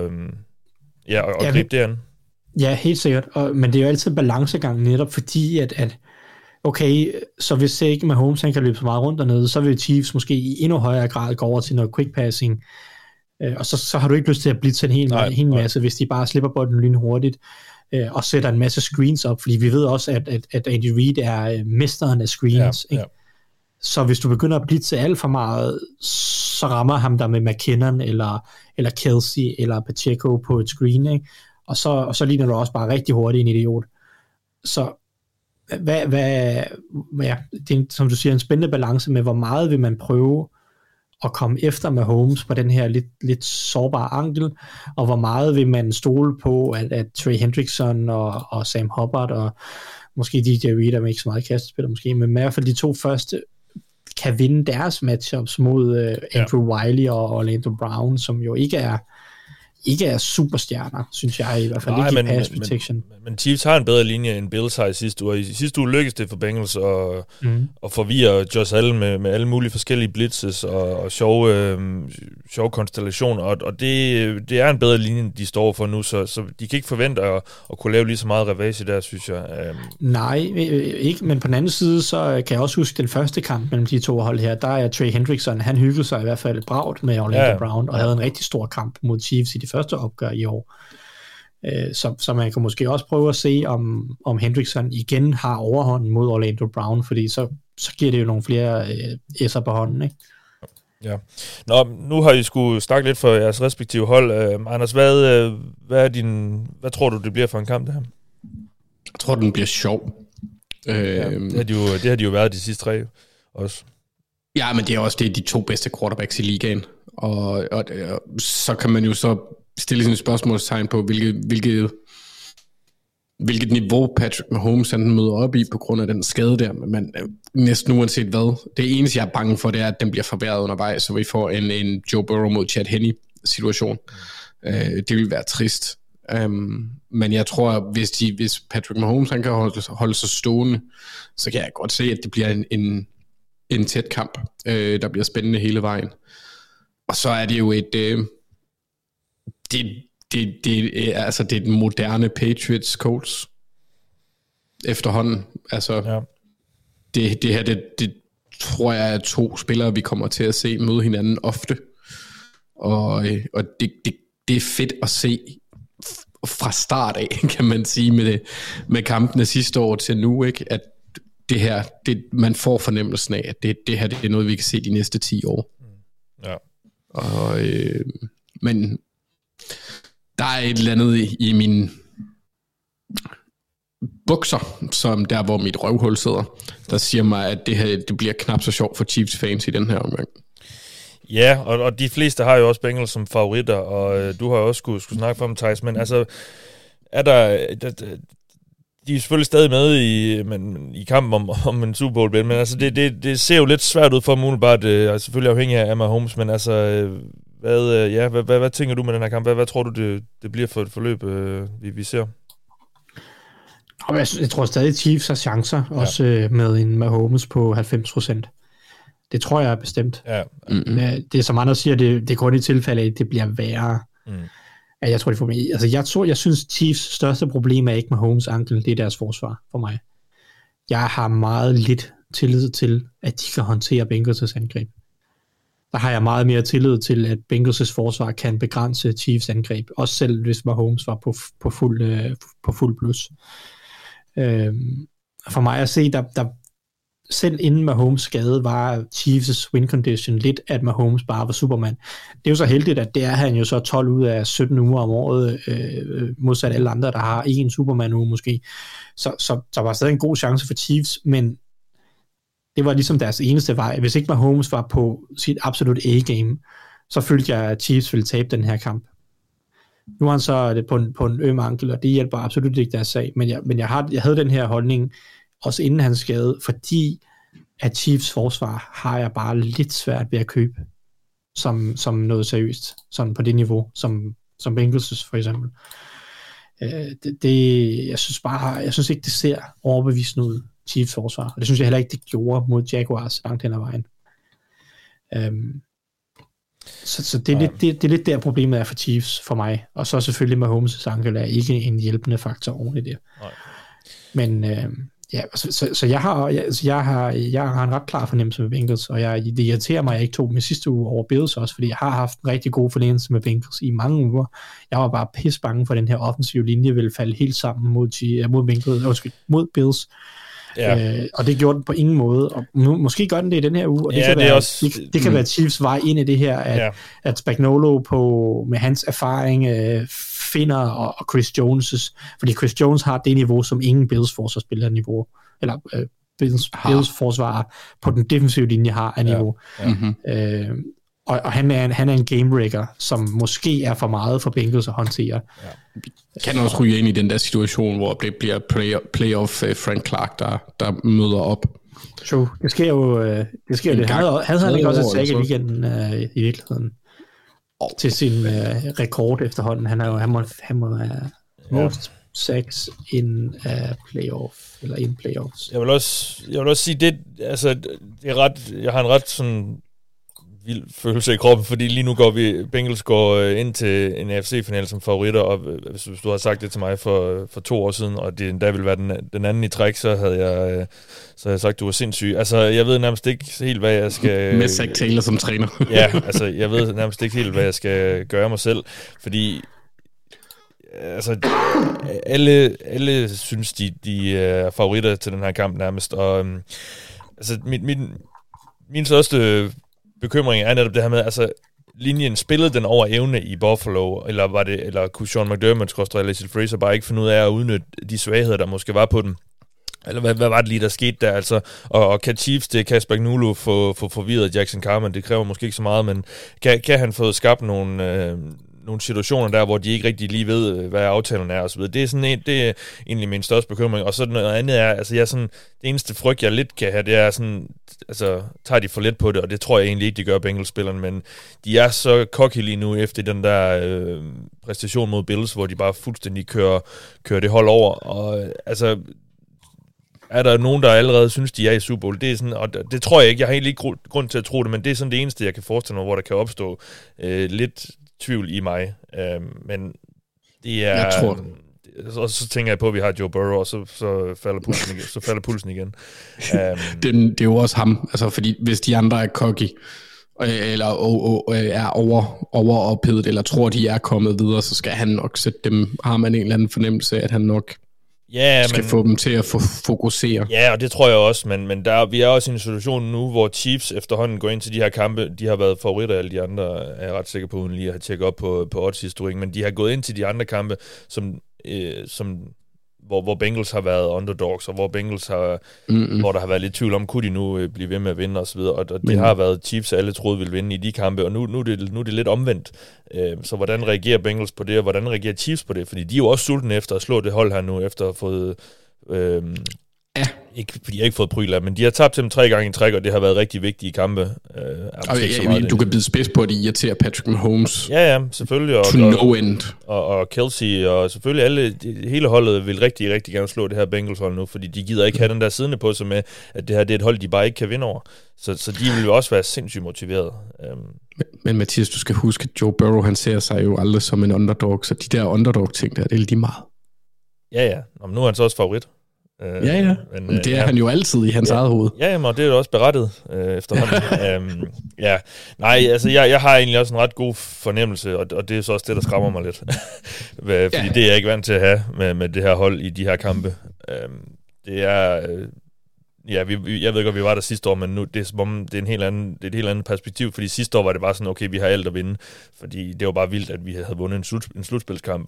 at gribe det an. Ja, helt sikkert. Men det er jo altid balancegang netop, fordi at okay, så hvis ikke Mahomes han kan løbe så meget rundt dernede, så vil Chiefs måske i endnu højere grad gå over til noget quick passing. Og så har du ikke lyst til at blitse en hel masse, hvis de bare slipper bolden lynhurtigt og sætter en masse screens op, fordi vi ved også, at Andy Reid er mesteren af screens. Ja, ja. Så hvis du begynder at blitse alt for meget, så rammer ham der med McKinnon eller Kelsey eller Pacheco på et screen, ikke? Og så ligner du også bare rigtig hurtigt en idiot. Så det er, som du siger, en spændende balance med, hvor meget vil man prøve at komme efter Mahomes på den her lidt sårbare ankel, og hvor meget vil man stole på, at Trey Hendrickson og Sam Hubbard og måske DJ Reader, med ikke så meget kastespiller måske, men i hvert fald de to første kan vinde deres matchups mod Andrew Wiley og Orlando Brown, som jo ikke er superstjerner, synes jeg i hvert fald. Ikke i pass protection. Men Chiefs har en bedre linje end Bills har i sidste uge. I sidste uge lykkedes det for Bengals at forvirre Josh Allen med alle mulige forskellige blitzes og sjove konstellationer, og det er en bedre linje, de står for nu, så de kan ikke forvente at kunne lave lige så meget ravage der, synes jeg. Nej, ikke, men på den anden side, så kan jeg også huske den første kamp mellem de to hold her, der er Trey Hendrickson, han hyggede sig i hvert fald bragt med Orlando Brown, og havde en rigtig stor kamp mod Chiefs i de første opgør i år. Så man kan måske også prøve at se, om Hendrickson igen har overhånden mod Orlando Brown, fordi så giver det jo nogle flere S'er på hånden, ikke? Ja. Nå, nu har I skulle snakke lidt for jeres respektive hold. Anders, hvad tror du, det bliver for en kamp, det her? Jeg tror, den bliver sjov. Det har de jo været de sidste 3 også. Ja, men det er også de to bedste quarterbacks i ligaen. Og så kan man jo så stille sådan et spørgsmålstegn på, hvilket niveau Patrick Mahomes han møder op i på grund af den skade der, men næsten uanset hvad. Det eneste, jeg er bange for, det er, at den bliver forværret undervejs, så vi får en Joe Burrow mod Chad Henne situation. Det vil være trist. Men jeg tror, hvis Patrick Mahomes han kan holde sig stående, så kan jeg godt se, at det bliver en tæt kamp, der bliver spændende hele vejen. Og så er det jo det er et moderne Patriots Colts efterhånden. Altså, det her, det tror jeg er 2 spillere, vi kommer til at se møde hinanden ofte. Og det er fedt at se fra start af, kan man sige, med kampene sidste år til nu, ikke? At det her, man får fornemmelsen af, at det her det er noget, vi kan se de næste 10 år. Ja. Og, men der er et eller andet i mine bukser, som der hvor mit røvhul sidder, der siger mig, at det her det bliver knap så sjovt for Chiefs fans i den her omgang. Ja, og de fleste har jo også Bengals som favoritter, og du har jo også skulle snakke for dem, Thijs, men altså, er der de er selvfølgelig stadig med i kampen om en Super Bowl, men altså det ser jo lidt svært ud for dem umiddelbart, selvfølgelig afhængig af Mahomes, men altså, hvad tænker du med den her kamp? Hvad tror du, det bliver for et forløb, vi ser? Jeg tror stadig, Chiefs har chancer, også med en Mahomes på 90%. Det tror jeg er bestemt. Ja. Det er som andre siger, det er kun i tilfælde af, at det bliver værre. Jeg tror, det får mig. Altså, jeg synes, Chiefs største problem er ikke Mahomes ankel, det er deres forsvar for mig. Jeg har meget lidt tillid til, at de kan håndtere Bengals' angreb. Der har jeg meget mere tillid til, at Bengals' forsvar kan begrænse Chiefs angreb, også selv hvis Mahomes var på fuld plus. For mig at se, der selv inden Mahomes skade var Chiefs' win condition lidt, at Mahomes bare var Superman. Det er jo så heldigt, at det er han jo så 12 ud af 17 uger om året, modsat alle andre, der har ikke en Superman-uge måske. Så der var stadig en god chance for Chiefs, men det var ligesom deres eneste vej. Hvis ikke Mahomes var på sit absolut A-game, så følte jeg, at Chiefs ville tabe den her kamp. Nu er han så på en øm ankel, og det hjælper absolut ikke deres sag, men jeg havde den her holdning også inden hans skade, fordi at Chiefs forsvar har jeg bare lidt svært ved at købe som noget seriøst, sådan på det niveau, som Bengals for eksempel. Jeg synes ikke, det ser overbevisende ud, Chiefs forsvar. Og det synes jeg heller ikke, det gjorde mod Jaguars langt hen ad vejen. Så det er lidt der problemet er for Chiefs for mig. Og så selvfølgelig Mahomes' ankel er ikke en hjælpende faktor oven i det. Nej. Men så jeg har en ret klar fornemmelse med Bengals, og det irriterer mig, at jeg ikke tog med sidste uge over Bills også, fordi jeg har haft en rigtig god fornemmelse med Bengals i mange uger. Jeg var bare pisse bange for, at den her offensive linje ville falde helt sammen mod Bills. Ja. Og det gjorde den på ingen måde, og måske gør den det i den her uge, og det kan være Chiefs vej ind i det her, at Spagnuolo med hans erfaring finder og Chris Jones', fordi Chris Jones har det niveau, som ingen Bills forsvarsspiller niveau, eller Bills forsvarer på den defensive linje har af niveau. Og han er en game-wrecker, som måske er for meget for Bengals at håndtere. Kan også ryge ind i den der situation, hvor det bliver playoff Frank Clark, der møder op. True. Det sker jo det. Han havde ikke også et tag i weekenden i virkeligheden til sin rekord efterhånden. Han må have most sacks in playoff, eller in playoffs. Jeg vil også sige, det er ret, jeg har en ret sådan vild følelse i kroppen, fordi lige nu Bengals går ind til en AFC-final som favoritter, og hvis du havde sagt det til mig for 2 år siden, og det endda ville være den anden i træk, så havde jeg sagt, du var sindssyg. Altså, jeg ved nærmest ikke helt, hvad jeg skal... Med Zach Taylor som træner. Ja, altså, jeg ved nærmest ikke helt, hvad jeg skal gøre mig selv, fordi altså, alle synes, de er favoritter til den her kamp nærmest, og altså, min største bekymring er netop det her med, altså, linjen spillede den over evne i Buffalo, eller kunne Sean McDermott og Leslie Fraser bare ikke finde ud af at udnytte de svagheder, der måske var på den? Eller hvad var det lige, der skete der? Altså, og kan Chiefs, det kan Spagnuolo få forvirret Jackson Carman? Det kræver måske ikke så meget, men kan han få skabt nogle situationer der, hvor de ikke rigtig lige ved, hvad aftalen er og så videre. Det er egentlig min største bekymring. Og så noget andet er, altså det eneste frygt, jeg lidt kan have, det er sådan, altså tager de for let på det, og det tror jeg egentlig ikke, de gør Bengals-spillerne, men de er så cocky lige nu efter den der præstation mod Bills, hvor de bare fuldstændig kører det hold over, og altså er der nogen, der allerede synes, de er i Super Bowl. Det er sådan, og det tror jeg ikke. Jeg har egentlig ikke grund til at tro det, men det er sådan det eneste, jeg kan forestille mig, hvor der kan opstå lidt tvivl i mig. Men det er... Jeg tror... Og så tænker jeg på, at vi har Joe Burrow, og så falder pulsen igen. Det er jo også ham. Altså, fordi hvis de andre er cocky, eller er overophedet, eller tror, de er kommet videre, så skal han nok sætte dem... Har man en eller anden fornemmelse af, at han nok... skal få dem til at fokusere. Ja, og det tror jeg også, men vi er også i en situation nu, hvor Chiefs efterhånden går ind til de her kampe. De har været favoritter, alle de andre er jeg ret sikker på, uden lige at have tjekket op på odds-historik, men de har gået ind til de andre kampe, hvor Bengals har været underdogs, og hvor Bengals har, hvor der har været lidt tvivl om, kunne de nu blive ved med at vinde og så videre, og det har været Chiefs, alle troede ville vinde i de kampe, og nu er det lidt omvendt. Så hvordan reagerer Bengals på det, og hvordan reagerer Chiefs på det? Fordi de er jo også sultne efter at slå det hold her nu, efter at have fået... Ikke, fordi jeg ikke fået pryl af, men de har tabt dem 3 gange i træk, og det har været rigtig vigtige kampe. Du kan bide spids på, at det irriterer Patrick Mahomes. Ja, selvfølgelig. To no end. Og Kelsey, og selvfølgelig hele holdet vil rigtig, rigtig gerne slå det her Bengals-hold nu, fordi de gider ikke have den der siddende på sig med, at det her det er et hold, de bare ikke kan vinde over. Så de vil jo også være sindssygt motiveret. Men Mathias, du skal huske, at Joe Burrow, han ser sig jo aldrig som en underdog, så de der underdog-ting der, det er lige meget. Ja. Nu er han så også favorit. Men det er han jo altid i hans eget hoved. Ja, men det er jo også berettet efterhånden. Nej, altså jeg har egentlig også en ret god fornemmelse, og det er så også det, der skræmmer mig lidt. Fordi det er jeg ikke vant til at have med det her hold i de her kampe. Det er... jeg ved godt, vi var der sidste år, men nu det er som om, det er et helt andet perspektiv, fordi sidste år var det bare sådan, okay, vi har alt at vinde, fordi det var bare vildt, at vi havde vundet en slutspilskamp.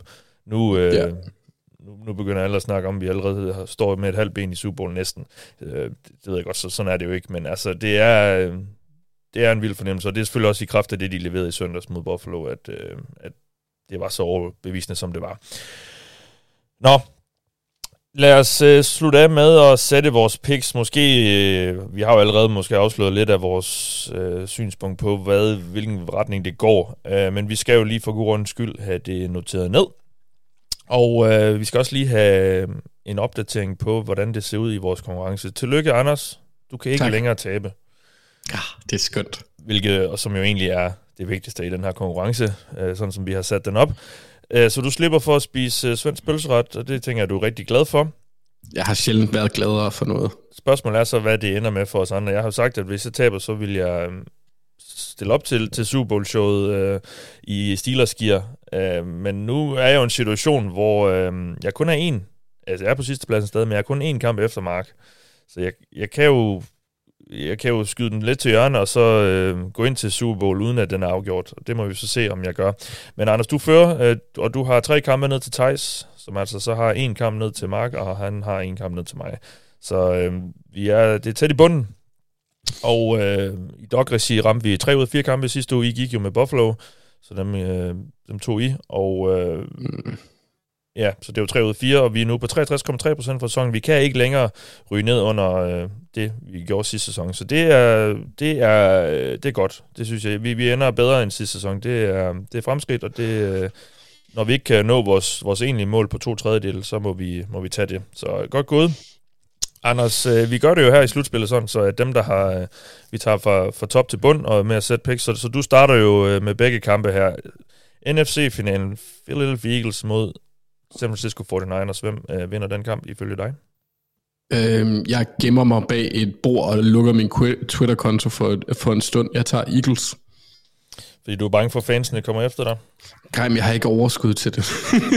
Nu begynder alle at snakke om, at vi allerede står med et halvt ben i Super Bowl næsten. Det ved jeg godt, så sådan er det jo ikke, men altså, det er en vild fornemmelse, og det er selvfølgelig også i kraft af det, de leverede i søndags mod Buffalo, at det var så overbevisende, som det var. Nå, lad os slutte af med at sætte vores picks. Vi har jo allerede måske afsløret lidt af vores synspunkt på, hvilken retning det går, men vi skal jo lige for god ordens skyld have det noteret ned. Og vi skal også lige have en opdatering på, hvordan det ser ud i vores konkurrence. Tillykke, Anders. Du kan ikke længere tabe. Ja, det er skønt. Hvilket, og som jo egentlig er det vigtigste i den her konkurrence, sådan som vi har sat den op. Så du slipper for at spise svensk pølseret, og det tænker jeg, du er rigtig glad for. Jeg har sjældent været gladere for noget. Spørgsmålet er så, hvad det ender med for os andre. Jeg har jo sagt, at hvis jeg taber, så vil jeg stille op til Super Bowl-showet i Steelers gear. Men nu er jeg jo i en situation, hvor jeg kun er en. Altså, jeg er på sidste pladsen stadig, men jeg er kun én kamp efter Mark. Så jeg kan jo skyde den lidt til hjørne, og så gå ind til Super Bowl, uden at den er afgjort. Det må vi så se, om jeg gør. Men Anders, du fører, og du har 3 kampe ned til Theis, som altså så har 1 kamp ned til Mark, og han har 1 kamp ned til mig. Så det er tæt i bunden. Og i dog-regi ramte vi 3 ud af 4 kampe sidste uge. I gik jo med Buffalo, så dem tog I. Og ja, så det er jo 3 ud af 4, og vi er nu på 63,3% for sæsonen. Vi kan ikke længere ryge ned under det, vi gjorde sidste sæson. Så det er godt. Det synes jeg. Vi ender bedre end sidste sæson. Det er fremskridt, og det, når vi ikke kan nå vores egentlige mål på 2/3, så må vi tage det. Så godt gået. Anders, vi gør det jo her i slutspillet sådan, så at dem, der har... Vi tager fra top til bund og med at sætte picks, så du starter jo med begge kampe her. NFC-finalen, Philadelphia Eagles mod San Francisco 49ers. Hvem vinder den kamp ifølge dig? Jeg gemmer mig bag et bord og lukker min Twitter-konto for en stund. Jeg tager Eagles. Fordi du er bange for, at fansene kommer efter dig? Grim, jeg har ikke overskud til det.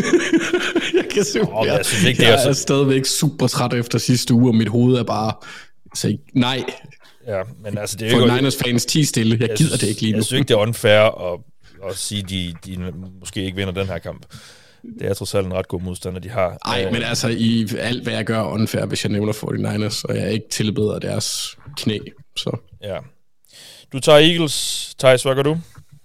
Jeg er stadigvæk super træt efter sidste uge, og mit hoved er bare... Altså, nej. Ja, men altså, det er for ikke... Niners fans 10 stille. Jeg gider det ikke lige nu. Jeg synes ikke, det er unfair at sige, de måske ikke vinder den her kamp. Det er trods alt en ret god modstander, de har. Nej, men altså i alt, hvad jeg gør unfair, hvis jeg nævner 49ers, og jeg ikke tilbeder deres knæ. Så. Ja. Du tager Eagles. Theis, hvad gør du?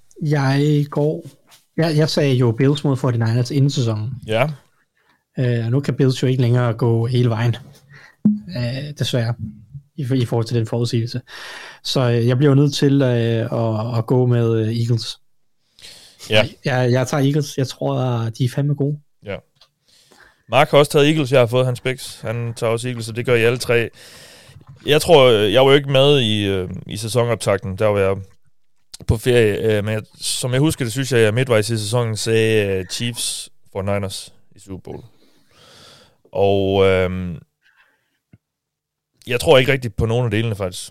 Jeg sagde jo Bills mod 49ers inden sæsonen. Ja. Og nu kan Bills jo ikke længere gå hele vejen. Desværre. I forhold til den forudsigelse. Så jeg bliver nødt til at gå med Eagles. Ja. Jeg tager Eagles. Jeg tror, at de er fandme gode. Ja. Mark har også taget Eagles. Jeg har fået hans picks. Han tager også Eagles, så det gør I alle 3. Jeg tror, jeg var jo ikke med i sæsonoptakten. Der var jeg på ferie. Men som jeg husker det, synes jeg, at midtvejs i sæsonen sagde Chiefs for Niners i Super Bowl. Og jeg tror ikke rigtigt på nogen af delene, faktisk.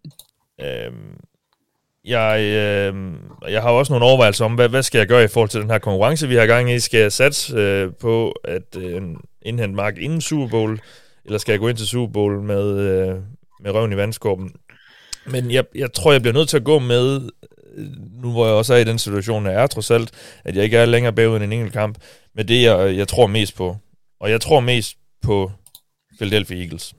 Jeg har også nogle overvejelser om, hvad skal jeg gøre i forhold til den her konkurrence, vi har gang i. Skal jeg satse på at indhente Mark inden Super Bowl, eller skal jeg gå ind til Super Bowl med røven i vandskorben? Men jeg tror, jeg bliver nødt til at gå med, nu hvor jeg også er i den situation, jeg er trods alt, at jeg ikke er længere bagud end en enkelt kamp, med det, jeg tror mest på. Og jeg tror mest på Philadelphia Eagles.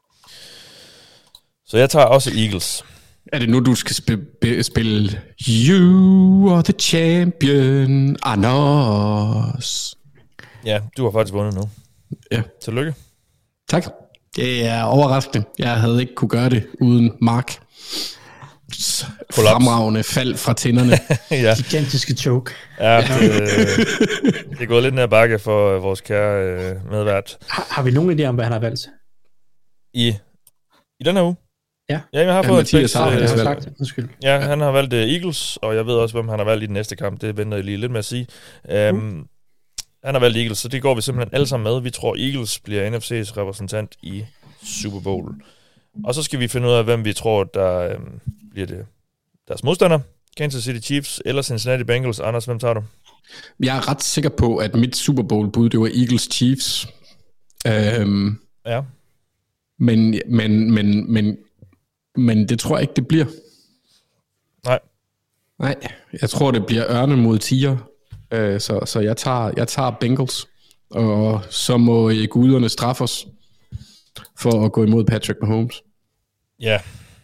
Så jeg tager også Eagles. Er det nu, du skal spille You are the champion, Anders? Ja, du har faktisk vundet nu. Ja. Tillykke. Tak. Det er overraskende. Jeg havde ikke kunne gøre det uden Mark. Fremragende fald fra tænderne. Ja. Gigantiske choke. Ja, det er gået lidt ned ad bakke for vores kære medvært. Har vi nogen idé om, hvad han har valgt? I den her uge? Ja. Ja, jeg har fået Mathias Ja, han har valgt Eagles, og jeg ved også, hvem han har valgt i den næste kamp. Det venter jeg lige lidt med at sige. Han har valgt Eagles, så det går vi simpelthen alle sammen med. Vi tror, Eagles bliver NFC's repræsentant i Super Bowl. Og så skal vi finde ud af, hvem vi tror, der bliver deres modstander. Kansas City Chiefs eller Cincinnati Bengals. Anders, hvem tager du? Jeg er ret sikker på, at mit Super Bowl-bud, det var Eagles Chiefs. Ja. Men det tror jeg ikke, det bliver. Nej, jeg tror, det bliver ørne mod tiger. Så jeg tager Bengals. Og så må guderne straffe os for at gå imod Patrick Mahomes. Ja.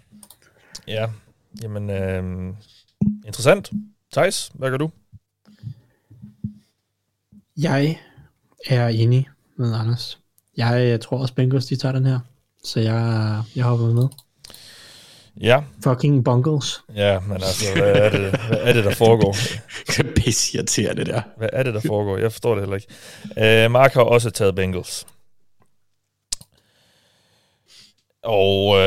Jamen, interessant. Theis, hvad gør du? Jeg er enig med Anders. Jeg tror også Bengals, de tager den her. Så jeg hopper med. Ja. Fucking Bungles. Ja, men altså, hvad er det, der foregår? Det er pisseirriterende, det der. Hvad er det, der foregår? Jeg forstår det heller ikke. Mark har også taget Bengals. Og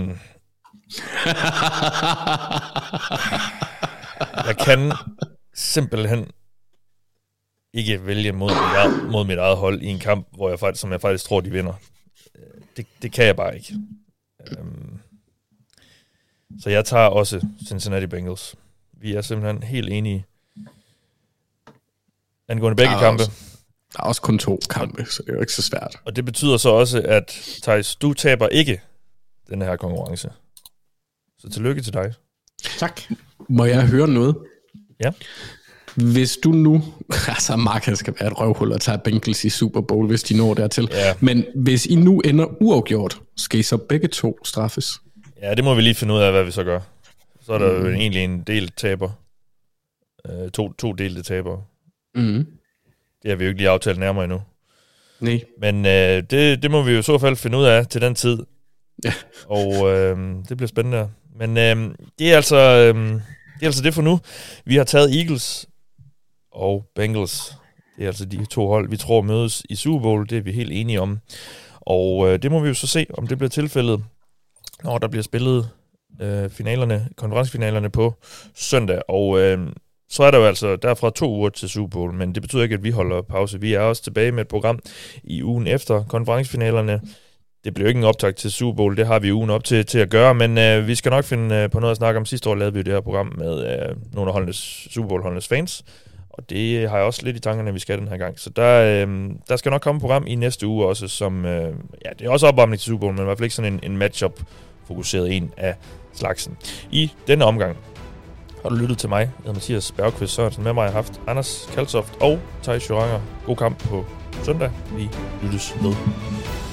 jeg kan simpelthen ikke vælge mod mit eget hold i en kamp, som jeg faktisk tror, de vinder. Det kan jeg bare ikke. Så jeg tager også Cincinnati Bengals. Vi er simpelthen helt enige angående begge kampe. Der er også kun 2 kampe, så det er jo ikke så svært. Og det betyder så også, at Thijs, du taber ikke den her konkurrence. Så tillykke til dig. Tak. Må jeg høre noget? Ja. Hvis du nu... Altså, Mark skal være et røvhul og tage Bengals i Super Bowl, hvis de når dertil. Ja. Men hvis I nu ender uafgjort, skal I så begge 2 straffes? Ja, det må vi lige finde ud af, hvad vi så gør. Så er der jo egentlig en del taber. To delte tabere. Det har vi jo ikke lige aftalt nærmere endnu. Nej. Men det må vi jo i så fald finde ud af til den tid. Ja. Og det bliver spændende. Men det er altså det for nu. Vi har taget Eagles og Bengals. Det er altså de 2 hold, vi tror mødes i Super Bowl. Det er vi helt enige om. Og det må vi jo så se, om det bliver tilfældet, når der bliver spillet konferencefinalerne på søndag. Og så er der jo altså derfra 2 uger til Super Bowl, men det betyder ikke, at vi holder pause. Vi er også tilbage med et program i ugen efter konferencefinalerne. Det bliver jo ikke en optakt til Super Bowl, det har vi ugen op til at gøre, men vi skal nok finde på noget at snakke om. Sidste år lavede vi jo det her program med nogle af Super Bowl-holdenes fans, og det har jeg også lidt i tankerne, at vi skal den her gang. Så der skal nok komme et program i næste uge også, som det er også opvarmning til Super Bowl, men i hvert fald ikke sådan en matchup-fokuseret en af slagsen. I denne omgang har du lyttet til mig. Jeg hedder Mathias Bergqvist Sørensen. Med mig har jeg haft Anders Kaltoft og Thijs Joranger. God kamp på søndag. Vi lyttes med.